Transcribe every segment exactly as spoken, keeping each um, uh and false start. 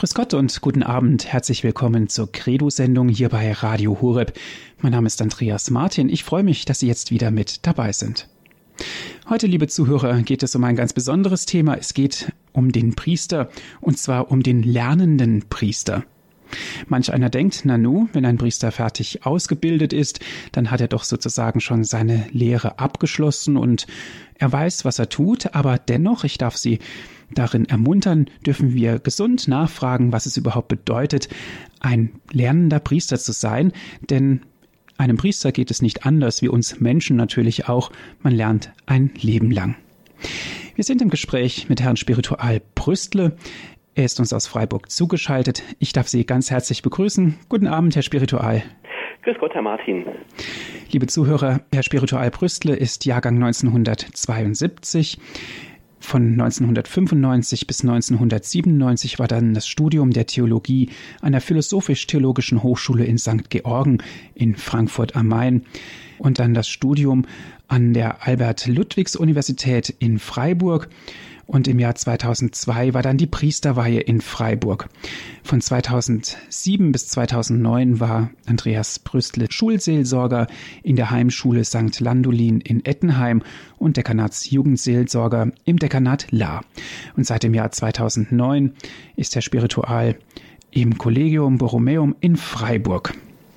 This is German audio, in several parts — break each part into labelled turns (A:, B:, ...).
A: Grüß Gott und guten Abend. Herzlich willkommen zur Credo-Sendung hier bei Radio Horeb. Mein Name ist Andreas Martin. Ich freue mich, dass Sie jetzt wieder mit dabei sind. Heute, liebe Zuhörer, geht es um ein ganz besonderes Thema. Es geht um den Priester, und zwar um den lernenden Priester. Manch einer denkt, na nu, wenn ein Priester fertig ausgebildet ist, dann hat er doch sozusagen schon seine Lehre abgeschlossen und er weiß, was er tut, aber dennoch, ich darf Sie darin ermuntern, dürfen wir gesund nachfragen, was es überhaupt bedeutet, ein lernender Priester zu sein, denn einem Priester geht es nicht anders, wie uns Menschen natürlich auch, man lernt ein Leben lang. Wir sind im Gespräch mit Herrn Spiritual Prüstle. Er ist uns aus Freiburg zugeschaltet. Ich darf Sie ganz herzlich begrüßen. Guten Abend, Herr Spiritual.
B: Grüß Gott, Herr Martin.
A: Liebe Zuhörer, Herr Spiritual Prüstle ist Jahrgang neunzehnhundertzweiundsiebzig. Von neunzehnhundertfünfundneunzig bis neunzehnhundertsiebenundneunzig war dann das Studium der Theologie an der Philosophisch-Theologischen Hochschule in Sankt Georgen in Frankfurt am Main und dann das Studium an der Albert-Ludwigs-Universität in Freiburg. Und im Jahr zweitausendzwei war dann die Priesterweihe in Freiburg. Von zweitausendsieben bis zweitausendneun war Andreas Prüstle Schulseelsorger in der Heimschule Sankt Landolin in Ettenheim und Dekanatsjugendseelsorger im Dekanat Lahr. Und seit dem Jahr zweitausendneun ist er Spiritual im Collegium Borromeum in Freiburg.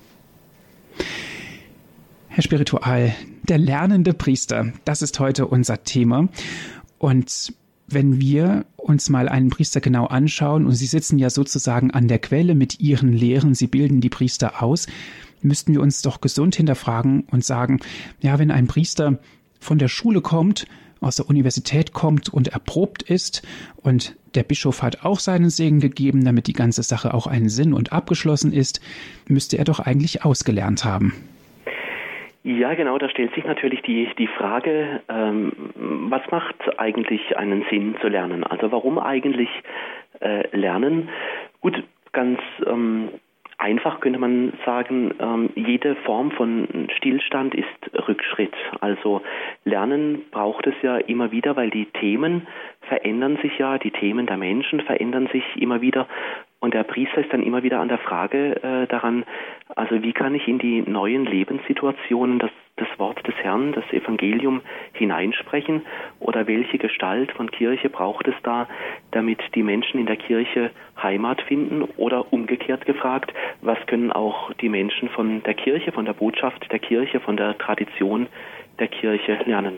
A: Herr Spiritual, der lernende Priester, das ist heute unser Thema. Und wenn wir uns mal einen Priester genau anschauen, und Sie sitzen ja sozusagen an der Quelle mit Ihren Lehren, Sie bilden die Priester aus, müssten wir uns doch gesund hinterfragen und sagen, ja, wenn ein Priester von der Schule kommt, aus der Universität kommt und erprobt ist und der Bischof hat auch seinen Segen gegeben, damit die ganze Sache auch einen Sinn und abgeschlossen ist, müsste er doch eigentlich ausgelernt haben.
B: Ja, genau, da stellt sich natürlich die, die Frage, ähm, was macht eigentlich einen Sinn zu lernen? Also warum eigentlich äh, lernen? Gut, ganz ähm, einfach könnte man sagen, ähm, jede Form von Stillstand ist Rückschritt. Also Lernen braucht es ja immer wieder, weil die Themen verändern sich ja, die Themen der Menschen verändern sich immer wieder. Und der Priester ist dann immer wieder an der Frage äh, daran, also wie kann ich in die neuen Lebenssituationen das, das Wort des Herrn, das Evangelium hineinsprechen oder welche Gestalt von Kirche braucht es da, damit die Menschen in der Kirche Heimat finden oder umgekehrt gefragt, was können auch die Menschen von der Kirche, von der Botschaft der Kirche, von der Tradition der Kirche lernen.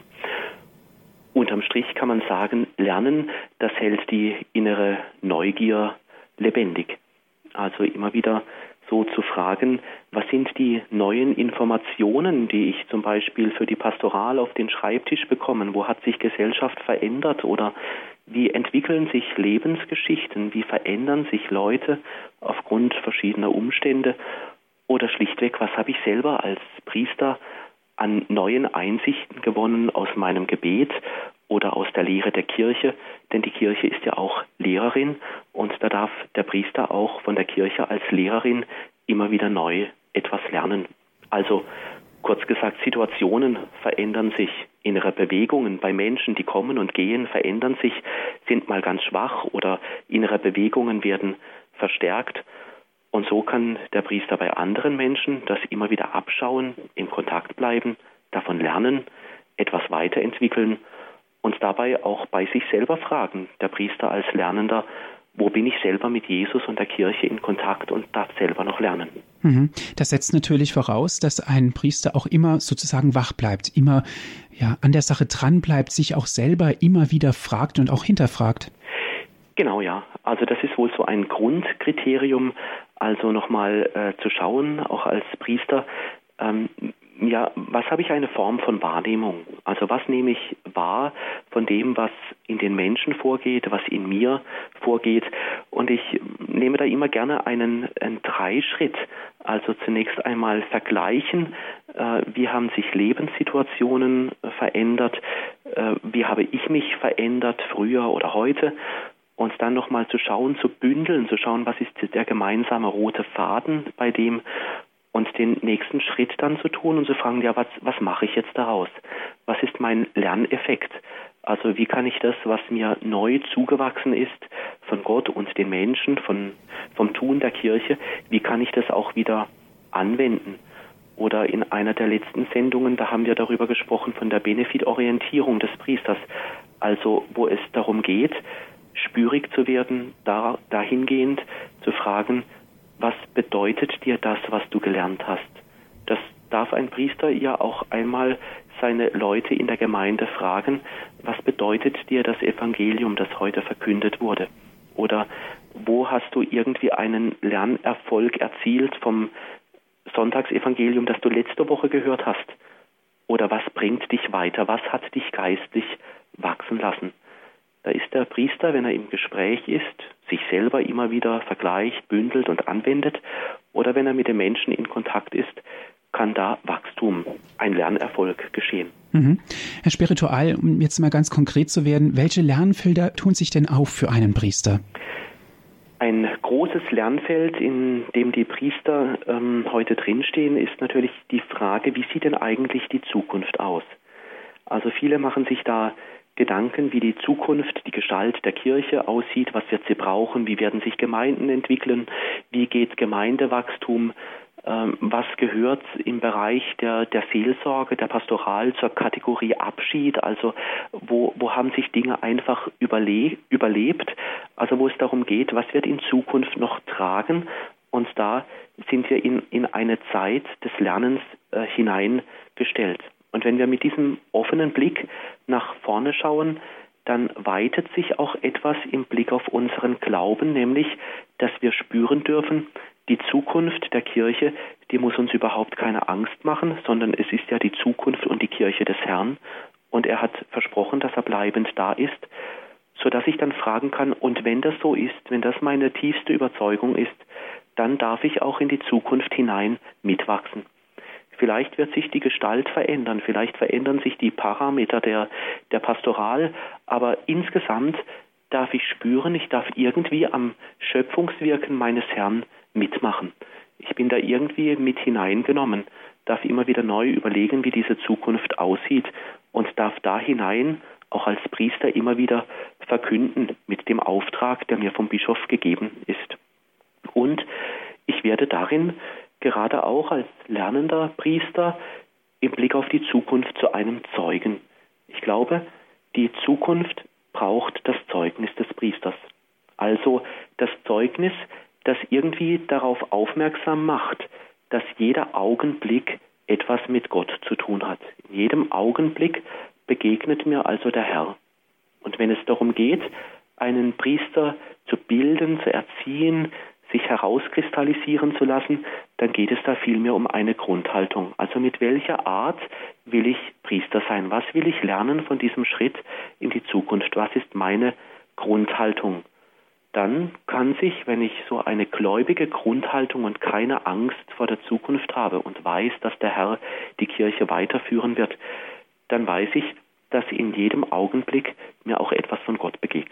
B: Unterm Strich kann man sagen, Lernen, das hält die innere Neugier lebendig. Also immer wieder so zu fragen, was sind die neuen Informationen, die ich zum Beispiel für die Pastoral auf den Schreibtisch bekomme? Wo hat sich Gesellschaft verändert oder wie entwickeln sich Lebensgeschichten? Wie verändern sich Leute aufgrund verschiedener Umstände? Oder schlichtweg, was habe ich selber als Priester an neuen Einsichten gewonnen aus meinem Gebet oder aus der Lehre der Kirche, denn die Kirche ist ja auch Lehrerin und da darf der Priester auch von der Kirche als Lehrerin immer wieder neu etwas lernen. Also kurz gesagt, Situationen verändern sich, innere Bewegungen bei Menschen, die kommen und gehen, verändern sich, sind mal ganz schwach oder innere Bewegungen werden verstärkt. Und so kann der Priester bei anderen Menschen das immer wieder abschauen, in Kontakt bleiben, davon lernen, etwas weiterentwickeln und dabei auch bei sich selber fragen, der Priester als Lernender, wo bin ich selber mit Jesus und der Kirche in Kontakt und darf selber noch lernen.
A: Das setzt natürlich voraus, dass ein Priester auch immer sozusagen wach bleibt, immer ja, an der Sache dran bleibt, sich auch selber immer wieder fragt und auch hinterfragt.
B: Genau, ja. Also das ist wohl so ein Grundkriterium, also nochmal äh, zu schauen, auch als Priester, ähm, ja, was habe ich eine Form von Wahrnehmung? Also was nehme ich wahr von dem, was in den Menschen vorgeht, was in mir vorgeht? Und ich nehme da immer gerne einen, einen Dreischritt. Also zunächst einmal vergleichen, äh, wie haben sich Lebenssituationen verändert, äh, wie habe ich mich verändert früher oder heute? Und dann nochmal zu schauen, zu bündeln, zu schauen, was ist der gemeinsame rote Faden bei dem und den nächsten Schritt dann zu tun und zu fragen, ja, was, was mache ich jetzt daraus? Was ist mein Lerneffekt? Also wie kann ich das, was mir neu zugewachsen ist von Gott und den Menschen, von, vom Tun der Kirche, wie kann ich das auch wieder anwenden? Oder in einer der letzten Sendungen, da haben wir darüber gesprochen, von der Benefitorientierung des Priesters. Also wo es darum geht, spürig zu werden, da, dahingehend zu fragen, was bedeutet dir das, was du gelernt hast? Das darf ein Priester ja auch einmal seine Leute in der Gemeinde fragen, was bedeutet dir das Evangelium, das heute verkündet wurde? Oder wo hast du irgendwie einen Lernerfolg erzielt vom Sonntagsevangelium, das du letzte Woche gehört hast? Oder was bringt dich weiter? Was hat dich geistlich wachsen lassen? Da ist der Priester, wenn er im Gespräch ist, sich selber immer wieder vergleicht, bündelt und anwendet, oder wenn er mit den Menschen in Kontakt ist, kann da Wachstum, ein Lernerfolg geschehen.
A: Mhm. Herr Spiritual, um jetzt mal ganz konkret zu werden, welche Lernfelder tun sich denn auf für einen Priester?
B: Ein großes Lernfeld, in dem die Priester ähm, heute drinstehen, ist natürlich die Frage, wie sieht denn eigentlich die Zukunft aus? Also viele machen sich da Gedanken, wie die Zukunft, die Gestalt der Kirche aussieht, was wird sie brauchen, wie werden sich Gemeinden entwickeln, wie geht Gemeindewachstum, ähm, was gehört im Bereich der, der Seelsorge, der Pastoral zur Kategorie Abschied, also wo, wo haben sich Dinge einfach überle- überlebt, also wo es darum geht, was wird in Zukunft noch tragen, und da sind wir in, in eine Zeit des Lernens äh, hineingestellt. Und wenn wir mit diesem offenen Blick nach vorne schauen, dann weitet sich auch etwas im Blick auf unseren Glauben, nämlich, dass wir spüren dürfen, die Zukunft der Kirche, die muss uns überhaupt keine Angst machen, sondern es ist ja die Zukunft und die Kirche des Herrn. Und er hat versprochen, dass er bleibend da ist, sodass ich dann fragen kann, und wenn das so ist, wenn das meine tiefste Überzeugung ist, dann darf ich auch in die Zukunft hinein mitwachsen. Vielleicht wird sich die Gestalt verändern, vielleicht verändern sich die Parameter der, der Pastoral, aber insgesamt darf ich spüren, ich darf irgendwie am Schöpfungswirken meines Herrn mitmachen. Ich bin da irgendwie mit hineingenommen, darf immer wieder neu überlegen, wie diese Zukunft aussieht, und darf da hinein auch als Priester immer wieder verkünden mit dem Auftrag, der mir vom Bischof gegeben ist. Und ich werde darin gerade auch als lernender Priester im Blick auf die Zukunft zu einem Zeugen. Ich glaube, die Zukunft braucht das Zeugnis des Priesters. Also das Zeugnis, das irgendwie darauf aufmerksam macht, dass jeder Augenblick etwas mit Gott zu tun hat. In jedem Augenblick begegnet mir also der Herr. Und wenn es darum geht, einen Priester zu bilden, zu erziehen, sich herauskristallisieren zu lassen, dann geht es da vielmehr um eine Grundhaltung. Also mit welcher Art will ich Priester sein? Was will ich lernen von diesem Schritt in die Zukunft? Was ist meine Grundhaltung? Dann kann sich, wenn ich so eine gläubige Grundhaltung und keine Angst vor der Zukunft habe und weiß, dass der Herr die Kirche weiterführen wird, dann weiß ich, dass in jedem Augenblick mir auch etwas von Gott begegnet.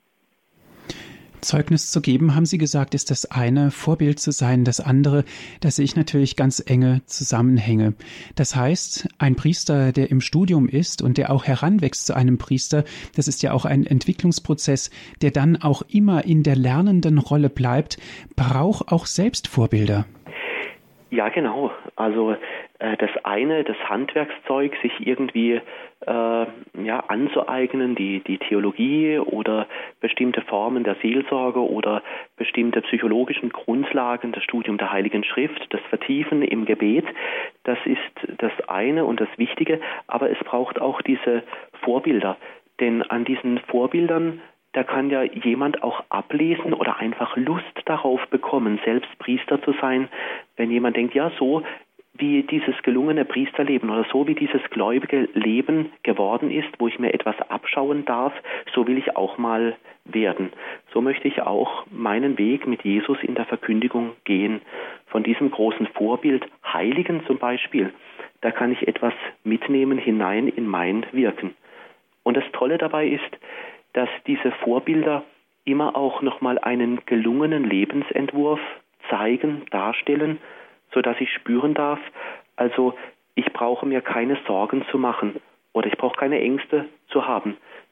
A: Zeugnis zu geben, haben Sie gesagt, ist das eine, Vorbild zu sein, das andere, da sehe ich natürlich ganz enge Zusammenhänge. Das heißt, ein Priester, der im Studium ist und der auch heranwächst zu einem Priester, das ist ja auch ein Entwicklungsprozess, der dann auch immer in der lernenden Rolle bleibt, braucht auch selbst Vorbilder.
B: Ja, genau. Also äh, das eine, das Handwerkszeug, sich irgendwie äh, ja, anzueignen, die, die Theologie oder bestimmte Formen der Seelsorge oder bestimmte psychologischen Grundlagen, das Studium der Heiligen Schrift, das Vertiefen im Gebet, das ist das eine und das Wichtige, aber es braucht auch diese Vorbilder, denn an diesen Vorbildern, da kann ja jemand auch ablesen oder einfach Lust darauf bekommen, selbst Priester zu sein, wenn jemand denkt, ja, so wie dieses gelungene Priesterleben oder so wie dieses gläubige Leben geworden ist, wo ich mir etwas abschauen darf, so will ich auch mal werden. So möchte ich auch meinen Weg mit Jesus in der Verkündigung gehen. Von diesem großen Vorbild, Heiligen zum Beispiel, da kann ich etwas mitnehmen hinein in mein Wirken. Und das Tolle dabei ist, dass diese Vorbilder immer auch nochmal einen gelungenen Lebensentwurf zeigen, darstellen, sodass ich spüren darf, also ich brauche mir keine Sorgen zu machen oder ich brauche keine Ängste zu haben,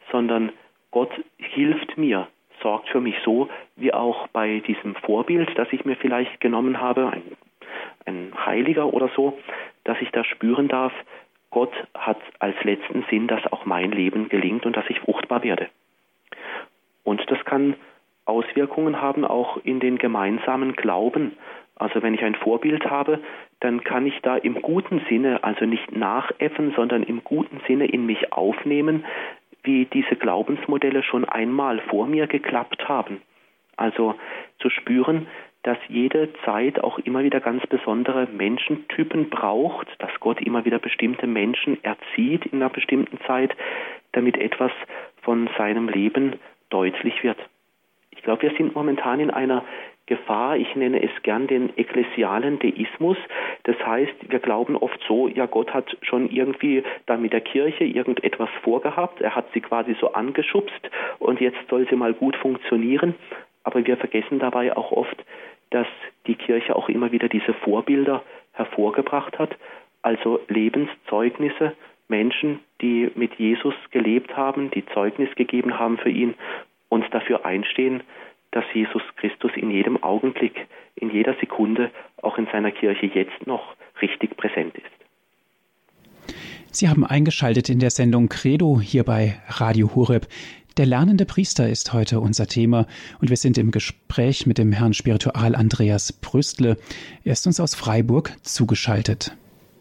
B: sondern Gott hilft mir, sorgt für mich so, wie auch bei diesem Vorbild, das ich mir vielleicht genommen habe, ein, ein Heiliger oder so, dass ich da spüren darf, Gott hat als letzten Sinn, dass auch mein Leben gelingt und dass ich fruchtbar werde. Und das kann Auswirkungen haben auch in den gemeinsamen Glauben. Also wenn ich ein Vorbild habe, dann kann ich da im guten Sinne, also nicht nachäffen, sondern im guten Sinne in mich aufnehmen, wie diese Glaubensmodelle schon einmal vor mir geklappt haben. Also zu spüren, dass jede Zeit auch immer wieder ganz besondere Menschentypen braucht, dass Gott immer wieder bestimmte Menschen erzieht in einer bestimmten Zeit, damit etwas von seinem Leben deutlich wird. Ich glaube, wir sind momentan in einer Gefahr, ich nenne es gern den ekklesialen Deismus. Das heißt, wir glauben oft so, ja, Gott hat schon irgendwie da mit der Kirche irgendetwas vorgehabt, er hat sie quasi so angeschubst und jetzt soll sie mal gut funktionieren. Aber wir vergessen dabei auch oft, dass die Kirche auch immer wieder diese Vorbilder hervorgebracht hat, also Lebenszeugnisse, Menschen, die mit Jesus gelebt haben, die Zeugnis gegeben haben für ihn und dafür einstehen, dass Jesus Christus in jedem Augenblick, in jeder Sekunde, auch in seiner Kirche jetzt noch richtig präsent ist.
A: Sie haben eingeschaltet in der Sendung Credo hier bei Radio Horeb. Der lernende Priester ist heute unser Thema und wir sind im Gespräch mit dem Herrn Spiritual Andreas Brüstle. Er ist uns aus Freiburg zugeschaltet.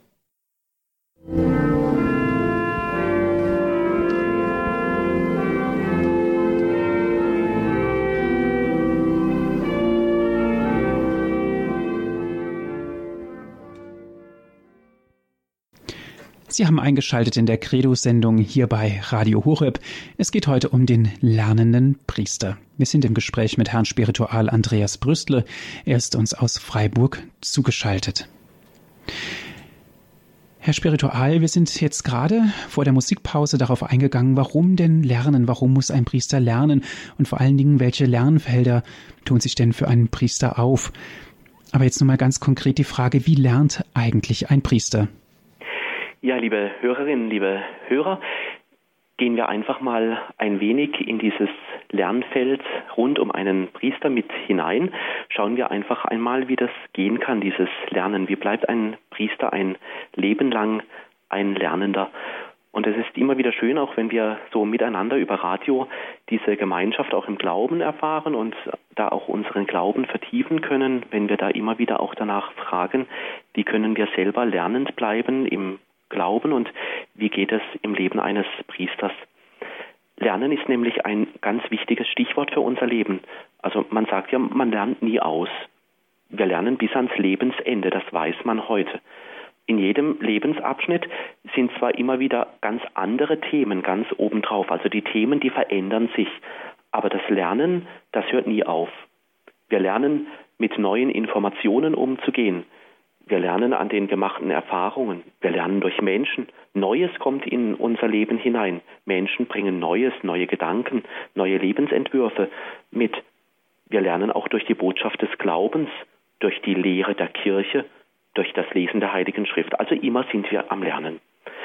A: Sie haben eingeschaltet in der Credo-Sendung hier bei Radio Horeb. Es geht heute um den lernenden Priester. Wir sind im Gespräch mit Herrn Spiritual Andreas Brüstle. Er ist uns aus Freiburg zugeschaltet. Herr Spiritual, wir sind jetzt gerade vor der Musikpause darauf eingegangen, warum denn lernen? Warum muss ein Priester lernen? Und vor allen Dingen, welche Lernfelder tun sich denn für einen Priester auf? Aber jetzt nochmal ganz konkret die Frage, wie lernt eigentlich ein Priester?
B: Ja, liebe Hörerinnen, liebe Hörer, gehen wir einfach mal ein wenig in dieses Lernfeld rund um einen Priester mit hinein. Schauen wir einfach einmal, wie das gehen kann, dieses Lernen. Wie bleibt ein Priester ein Leben lang ein Lernender? Und es ist immer wieder schön, auch wenn wir so miteinander über Radio diese Gemeinschaft auch im Glauben erfahren und da auch unseren Glauben vertiefen können, wenn wir da immer wieder auch danach fragen, wie können wir selber lernend bleiben im Glauben und wie geht es im Leben eines Priesters. Lernen ist nämlich ein ganz wichtiges Stichwort für unser Leben. Also man sagt ja, man lernt nie aus. Wir lernen bis ans Lebensende, das weiß man heute. In jedem Lebensabschnitt sind zwar immer wieder ganz andere Themen ganz obendrauf, also die Themen, die verändern sich, aber das Lernen, das hört nie auf. Wir lernen, mit neuen Informationen umzugehen. Wir lernen an den gemachten Erfahrungen. Wir lernen durch Menschen. Neues kommt in unser Leben hinein. Menschen bringen Neues, neue Gedanken, neue Lebensentwürfe mit. Wir lernen auch durch die Botschaft des Glaubens, durch die Lehre der Kirche, durch das Lesen der Heiligen Schrift. Also immer sind wir am Lernen.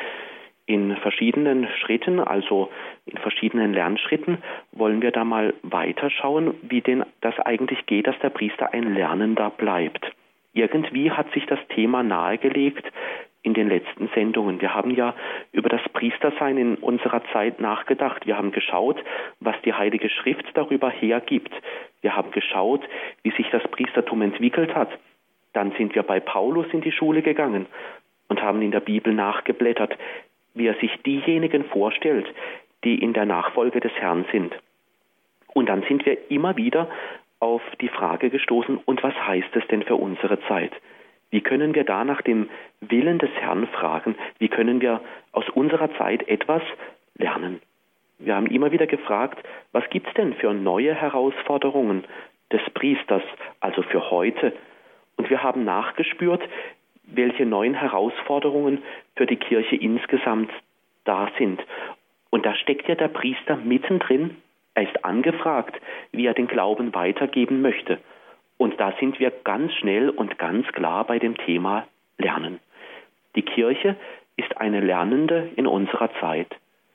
B: In verschiedenen Schritten, also in verschiedenen Lernschritten, wollen wir da mal weiterschauen, wie denn das eigentlich geht, dass der Priester ein Lernender bleibt. Irgendwie hat sich das Thema nahegelegt in den letzten Sendungen. Wir haben ja über das Priestersein in unserer Zeit nachgedacht. Wir haben geschaut, was die Heilige Schrift darüber hergibt. Wir haben geschaut, wie sich das Priestertum entwickelt hat. Dann sind wir bei Paulus in die Schule gegangen und haben in der Bibel nachgeblättert, wie er sich diejenigen vorstellt, die in der Nachfolge des Herrn sind. Und dann sind wir immer wieder auf die Frage gestoßen, und was heißt es denn für unsere Zeit? Wie können wir da nach dem Willen des Herrn fragen? Wie können wir aus unserer Zeit etwas lernen? Wir haben immer wieder gefragt, was gibt es denn für neue Herausforderungen des Priesters, also für heute? Und wir haben nachgespürt, welche neuen Herausforderungen für die Kirche insgesamt da sind. Und da steckt ja der Priester mittendrin. Er ist angefragt, wie er den Glauben weitergeben möchte. Und da sind wir ganz schnell und ganz klar bei dem Thema Lernen. Die Kirche ist eine Lernende in unserer Zeit.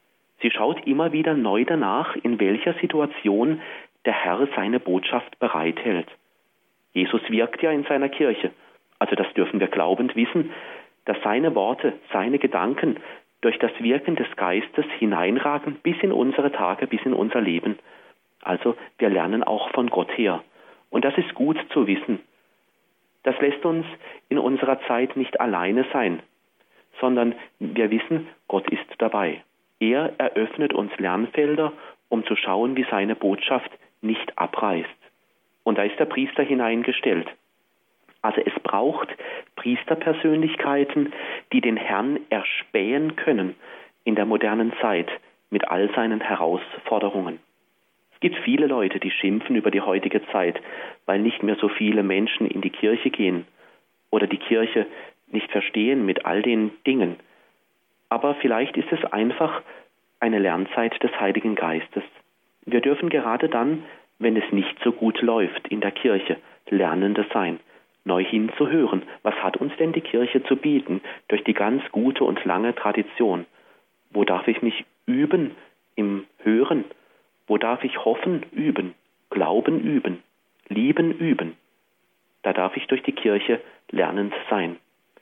B: Sie schaut immer wieder neu danach, in welcher Situation der Herr seine Botschaft bereithält. Jesus wirkt ja in seiner Kirche, also das dürfen wir glaubend wissen, dass seine Worte, seine Gedanken durch das Wirken des Geistes hineinragen bis in unsere Tage, bis in unser Leben. Also wir lernen auch von Gott her. Und das ist gut zu wissen. Das lässt uns in unserer Zeit nicht alleine sein, sondern wir wissen, Gott ist dabei. Er eröffnet uns Lernfelder, um zu schauen, wie seine Botschaft nicht abreißt. Und da ist der Priester hineingestellt. Also es braucht Priesterpersönlichkeiten, die den Herrn erspähen können in der modernen Zeit mit all seinen Herausforderungen. Es gibt viele Leute, die schimpfen über die heutige Zeit, weil nicht mehr so viele Menschen in die Kirche gehen oder die Kirche nicht verstehen mit all den Dingen. Aber vielleicht ist es einfach eine Lernzeit des Heiligen Geistes. Wir dürfen gerade dann, wenn es nicht so gut läuft in der Kirche, Lernende sein, neu hinzuhören. Was hat uns denn die Kirche zu bieten durch die ganz gute und lange Tradition? Wo darf ich mich üben im Hören? Wo darf ich hoffen üben, Glauben üben, Lieben üben? Da darf ich durch die Kirche lernend sein.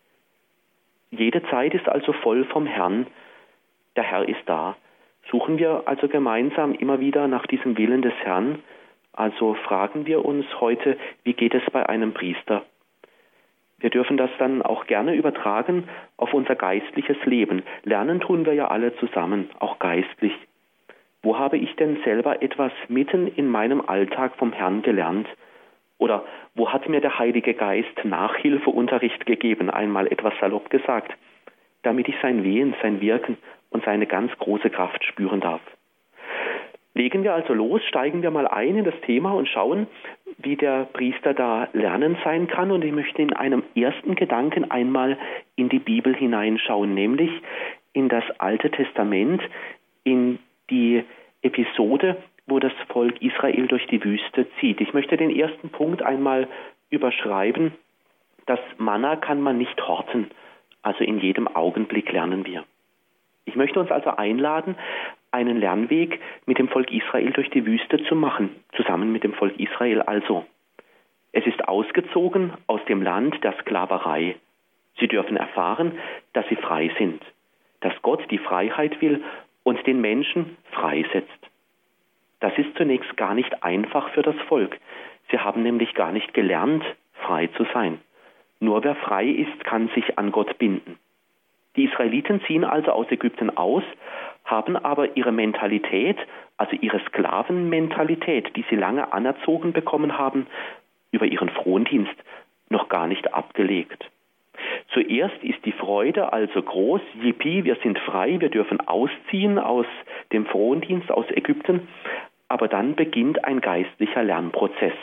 B: Jede Zeit ist also voll vom Herrn. Der Herr ist da. Suchen wir also gemeinsam immer wieder nach diesem Willen des Herrn. Also fragen wir uns heute, wie geht es bei einem Priester? Wir dürfen das dann auch gerne übertragen auf unser geistliches Leben. Lernen tun wir ja alle zusammen, auch geistlich. Wo habe ich denn selber etwas mitten in meinem Alltag vom Herrn gelernt? Oder wo hat mir der Heilige Geist Nachhilfeunterricht gegeben, einmal etwas salopp gesagt, damit ich sein Wehen, sein Wirken und seine ganz große Kraft spüren darf? Legen wir also los, steigen wir mal ein in das Thema und schauen, wie der Priester da lernen sein kann. Und ich möchte in einem ersten Gedanken einmal in die Bibel hineinschauen, nämlich in das Alte Testament, in die Episode, wo das Volk Israel durch die Wüste zieht. Ich möchte den ersten Punkt einmal überschreiben. Das Manna kann man nicht horten, also in jedem Augenblick lernen wir. Ich möchte uns also einladen, einen Lernweg mit dem Volk Israel durch die Wüste zu machen, zusammen mit dem Volk Israel also. Es ist ausgezogen aus dem Land der Sklaverei. Sie dürfen erfahren, dass sie frei sind, dass Gott die Freiheit will und den Menschen freisetzt. Das ist zunächst gar nicht einfach für das Volk. Sie haben nämlich gar nicht gelernt, frei zu sein. Nur wer frei ist, kann sich an Gott binden. Die Israeliten ziehen also aus Ägypten aus, haben aber ihre Mentalität, also ihre Sklavenmentalität, die sie lange anerzogen bekommen haben, über ihren Frondienst noch gar nicht abgelegt. Zuerst ist die Freude also groß, yippie, wir sind frei, wir dürfen ausziehen aus dem Frondienst aus Ägypten, aber dann beginnt ein geistlicher Lernprozess.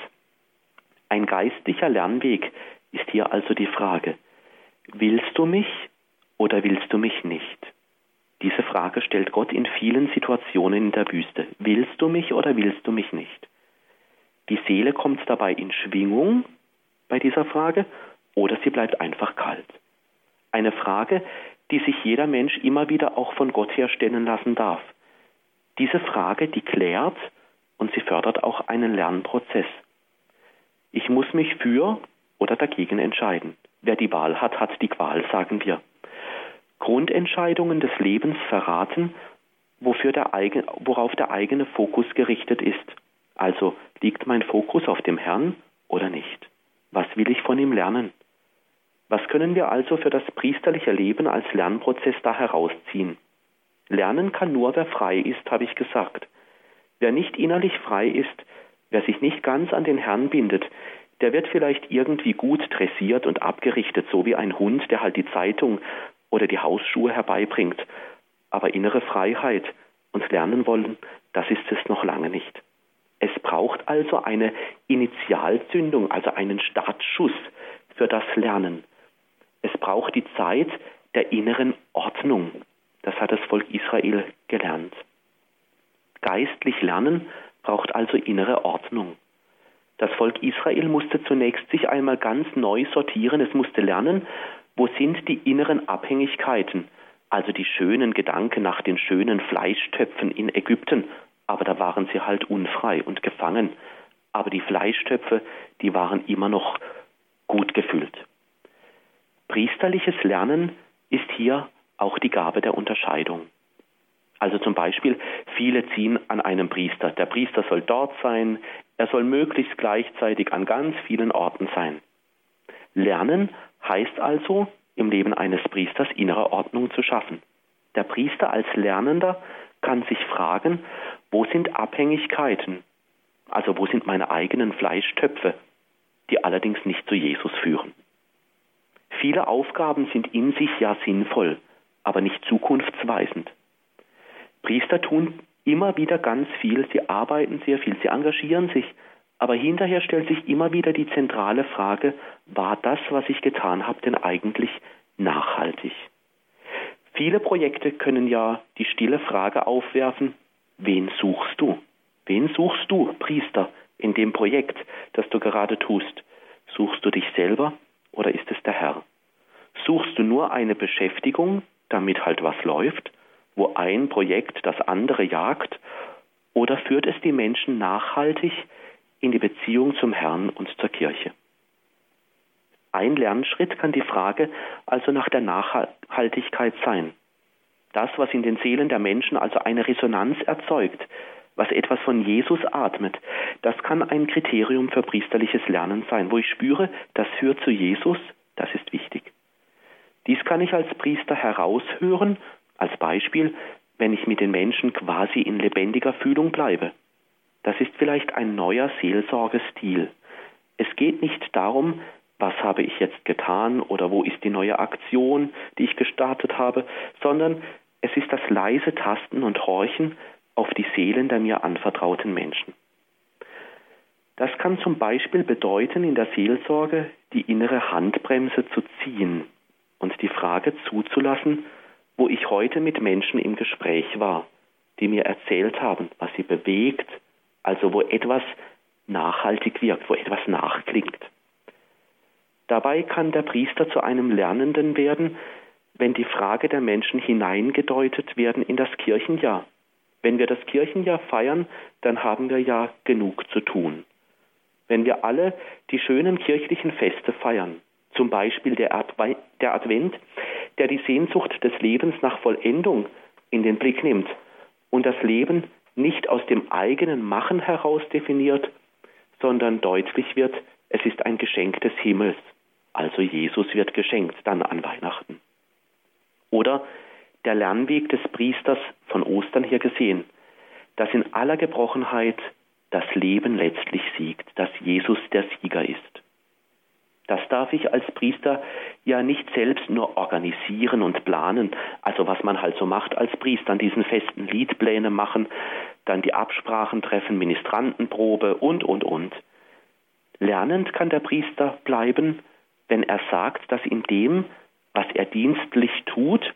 B: Ein geistlicher Lernweg ist hier also die Frage: Willst du mich oder willst du mich nicht? Diese Frage stellt Gott in vielen Situationen in der Wüste. Willst du mich oder willst du mich nicht? Die Seele kommt dabei in Schwingung bei dieser Frage oder sie bleibt einfach kalt. Eine Frage, die sich jeder Mensch immer wieder auch von Gott her stellen lassen darf. Diese Frage, die klärt und sie fördert auch einen Lernprozess. Ich muss mich für oder dagegen entscheiden. Wer die Wahl hat, hat die Qual, sagen wir. Grundentscheidungen des Lebens verraten, wofür der eigen, worauf der eigene Fokus gerichtet ist. Also liegt mein Fokus auf dem Herrn oder nicht? Was will ich von ihm lernen? Was können wir also für das priesterliche Leben als Lernprozess da herausziehen? Lernen kann nur, wer frei ist, habe ich gesagt. Wer nicht innerlich frei ist, wer sich nicht ganz an den Herrn bindet, der wird vielleicht irgendwie gut dressiert und abgerichtet, so wie ein Hund, der halt die Zeitung oder die Hausschuhe herbeibringt. Aber innere Freiheit und lernen wollen, das ist es noch lange nicht. Es braucht also eine Initialzündung, also einen Startschuss für das Lernen. Es braucht die Zeit der inneren Ordnung. Das hat das Volk Israel gelernt. Geistlich lernen braucht also innere Ordnung. Das Volk Israel musste zunächst sich einmal ganz neu sortieren. Es musste lernen, wo sind die inneren Abhängigkeiten, Also die schönen Gedanken nach den schönen Fleischtöpfen in Ägypten, aber da waren sie halt unfrei und gefangen. Aber die Fleischtöpfe, die waren immer noch gut gefüllt. Priesterliches Lernen ist hier auch die Gabe der Unterscheidung. Also zum Beispiel, viele ziehen an einem Priester. Der Priester soll dort sein, er soll möglichst gleichzeitig an ganz vielen Orten sein. Lernen heißt also, im Leben eines Priesters innere Ordnung zu schaffen. Der Priester als Lernender kann sich fragen, wo sind Abhängigkeiten? Also wo sind meine eigenen Fleischtöpfe, die allerdings nicht zu Jesus führen? Viele Aufgaben sind in sich ja sinnvoll, aber nicht zukunftsweisend. Priester tun immer wieder ganz viel, sie arbeiten sehr viel, sie engagieren sich, aber hinterher stellt sich immer wieder die zentrale Frage, war das, was ich getan habe, denn eigentlich nachhaltig? Viele Projekte können ja die stille Frage aufwerfen, wen suchst du? Wen suchst du, Priester, in dem Projekt, das du gerade tust? Suchst du dich selber oder ist es der Herr? Suchst du nur eine Beschäftigung, damit halt was läuft, wo ein Projekt das andere jagt, oder führt es die Menschen nachhaltig in die Beziehung zum Herrn und zur Kirche? Ein Lernschritt kann die Frage also nach der Nachhaltigkeit sein. Das, was in den Seelen der Menschen also eine Resonanz erzeugt, was etwas von Jesus atmet, das kann ein Kriterium für priesterliches Lernen sein, wo ich spüre, das führt zu Jesus, das ist wichtig. Dies kann ich als Priester heraushören, als Beispiel, wenn ich mit den Menschen quasi in lebendiger Fühlung bleibe. Das ist vielleicht ein neuer Seelsorgestil. Es geht nicht darum, was habe ich jetzt getan oder wo ist die neue Aktion, die ich gestartet habe, sondern es ist das leise Tasten und Horchen auf die Seelen der mir anvertrauten Menschen. Das kann zum Beispiel bedeuten, in der Seelsorge die innere Handbremse zu ziehen und die Frage zuzulassen, wo ich heute mit Menschen im Gespräch war, die mir erzählt haben, was sie bewegt, also wo etwas nachhaltig wirkt, wo etwas nachklingt. Dabei kann der Priester zu einem Lernenden werden, wenn die Frage der Menschen hineingedeutet werden in das Kirchenjahr. Wenn wir das Kirchenjahr feiern, dann haben wir ja genug zu tun. Wenn wir alle die schönen kirchlichen Feste feiern, zum Beispiel der Advent, der die Sehnsucht des Lebens nach Vollendung in den Blick nimmt und das Leben nicht aus dem eigenen Machen heraus definiert, sondern deutlich wird, es ist ein Geschenk des Himmels. Also Jesus wird geschenkt, dann an Weihnachten. Oder der Lernweg des Priesters von Ostern hier gesehen, dass in aller Gebrochenheit das Leben letztlich siegt, dass Jesus der Sieger ist. Das darf ich als Priester ja nicht selbst nur organisieren und planen, also was man halt so macht als Priester, an diesen festen Liedpläne machen, dann die Absprachen treffen, Ministrantenprobe und, und, und. Lernend kann der Priester bleiben, wenn er sagt, dass in dem, was er dienstlich tut,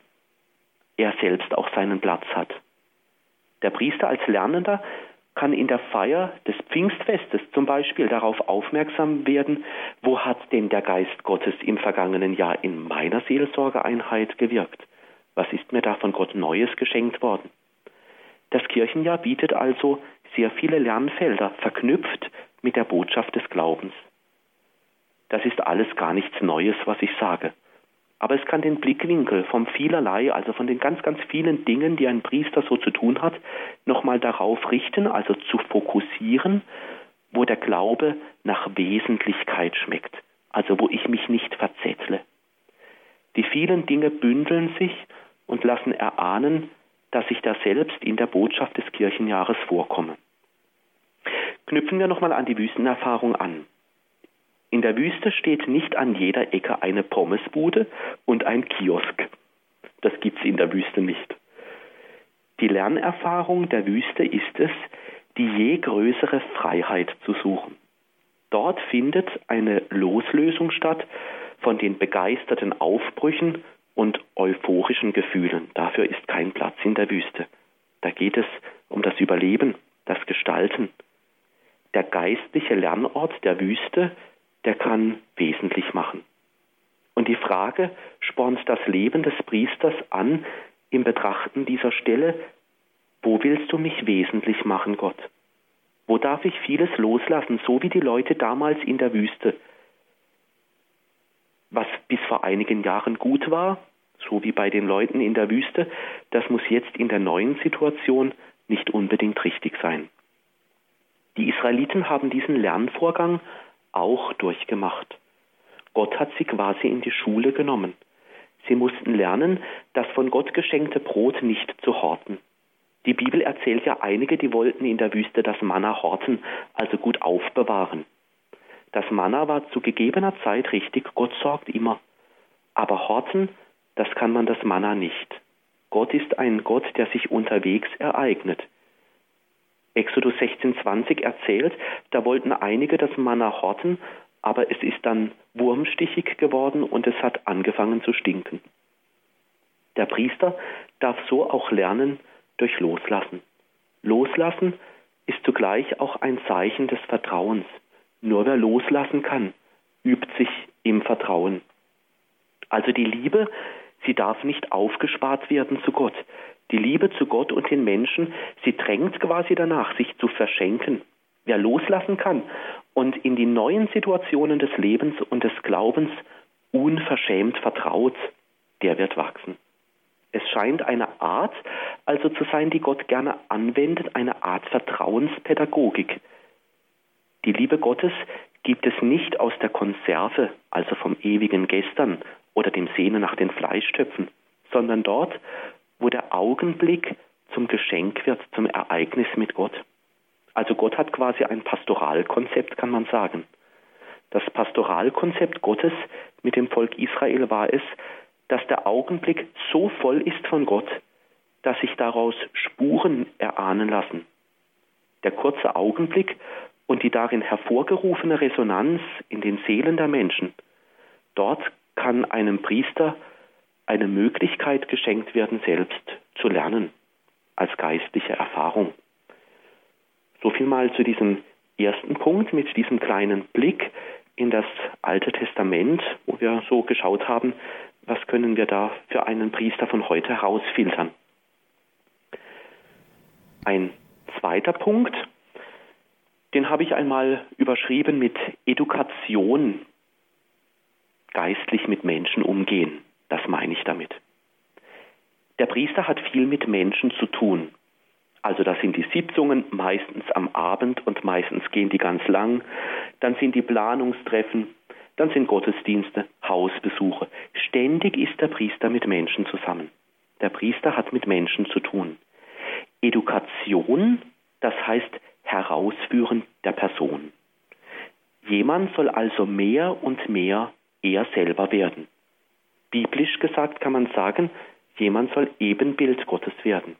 B: er selbst auch seinen Platz hat. Der Priester als Lernender kann in der Feier des Pfingstfestes zum Beispiel darauf aufmerksam werden, wo hat denn der Geist Gottes im vergangenen Jahr in meiner Seelsorgeeinheit gewirkt? Was ist mir da von Gott Neues geschenkt worden? Das Kirchenjahr bietet also sehr viele Lernfelder, verknüpft mit der Botschaft des Glaubens. Das ist alles gar nichts Neues, was ich sage. Aber es kann den Blickwinkel vom Vielerlei, also von den ganz, ganz vielen Dingen, die ein Priester so zu tun hat, nochmal darauf richten, also zu fokussieren, wo der Glaube nach Wesentlichkeit schmeckt, also wo ich mich nicht verzettle. Die vielen Dinge bündeln sich und lassen erahnen, dass ich da selbst in der Botschaft des Kirchenjahres vorkomme. Knüpfen wir nochmal an die Wüstenerfahrung an. In der Wüste steht nicht an jeder Ecke eine Pommesbude und ein Kiosk. Das gibt's in der Wüste nicht. Die Lernerfahrung der Wüste ist es, die je größere Freiheit zu suchen. Dort findet eine Loslösung statt von den begeisterten Aufbrüchen und euphorischen Gefühlen. Dafür ist kein Platz in der Wüste. Da geht es um das Überleben, das Gestalten. Der geistliche Lernort der Wüste, der kann wesentlich machen. Und die Frage spornt das Leben des Priesters an im Betrachten dieser Stelle: Wo willst du mich wesentlich machen, Gott? Wo darf ich vieles loslassen, so wie die Leute damals in der Wüste? Was bis vor einigen Jahren gut war, so wie bei den Leuten in der Wüste, das muss jetzt in der neuen Situation nicht unbedingt richtig sein. Die Israeliten haben diesen Lernvorgang auch durchgemacht. Gott hat sie quasi in die Schule genommen. Sie mussten lernen, das von Gott geschenkte Brot nicht zu horten. Die Bibel erzählt ja einige, die wollten in der Wüste das Manna horten, also gut aufbewahren. Das Manna war zu gegebener Zeit richtig, Gott sorgt immer. Aber horten, das kann man das Manna nicht. Gott ist ein Gott, der sich unterwegs ereignet. Exodus sechzehn zwanzig erzählt, da wollten einige das Manna horten, aber es ist dann wurmstichig geworden und es hat angefangen zu stinken. Der Priester darf so auch lernen durch Loslassen. Loslassen ist zugleich auch ein Zeichen des Vertrauens. Nur wer loslassen kann, übt sich im Vertrauen. Also die Liebe, sie darf nicht aufgespart werden zu Gott. Die Liebe zu Gott und den Menschen, sie drängt quasi danach, sich zu verschenken. Wer loslassen kann und in die neuen Situationen des Lebens und des Glaubens unverschämt vertraut, der wird wachsen. Es scheint eine Art also zu sein, die Gott gerne anwendet, eine Art Vertrauenspädagogik. Die Liebe Gottes gibt es nicht aus der Konserve, also vom ewigen Gestern oder dem Sehnen nach den Fleischtöpfen, sondern dort, wo der Augenblick zum Geschenk wird, zum Ereignis mit Gott. Also Gott hat quasi ein Pastoralkonzept, kann man sagen. Das Pastoralkonzept Gottes mit dem Volk Israel war es, dass der Augenblick so voll ist von Gott, dass sich daraus Spuren erahnen lassen. Der kurze Augenblick und die darin hervorgerufene Resonanz in den Seelen der Menschen, dort kann einem Priester eine Möglichkeit geschenkt werden, selbst zu lernen, als geistliche Erfahrung. So viel mal zu diesem ersten Punkt, mit diesem kleinen Blick in das Alte Testament, wo wir so geschaut haben, was können wir da für einen Priester von heute herausfiltern. Ein zweiter Punkt, den habe ich einmal überschrieben mit Education, geistlich mit Menschen umgehen. Das meine ich damit. Der Priester hat viel mit Menschen zu tun. Also das sind die Sitzungen, meistens am Abend und meistens gehen die ganz lang. Dann sind die Planungstreffen, dann sind Gottesdienste, Hausbesuche. Ständig ist der Priester mit Menschen zusammen. Der Priester hat mit Menschen zu tun. Education, das heißt Herausführen der Person. Jemand soll also mehr und mehr er selber werden. Biblisch gesagt kann man sagen, jemand soll Ebenbild Gottes werden.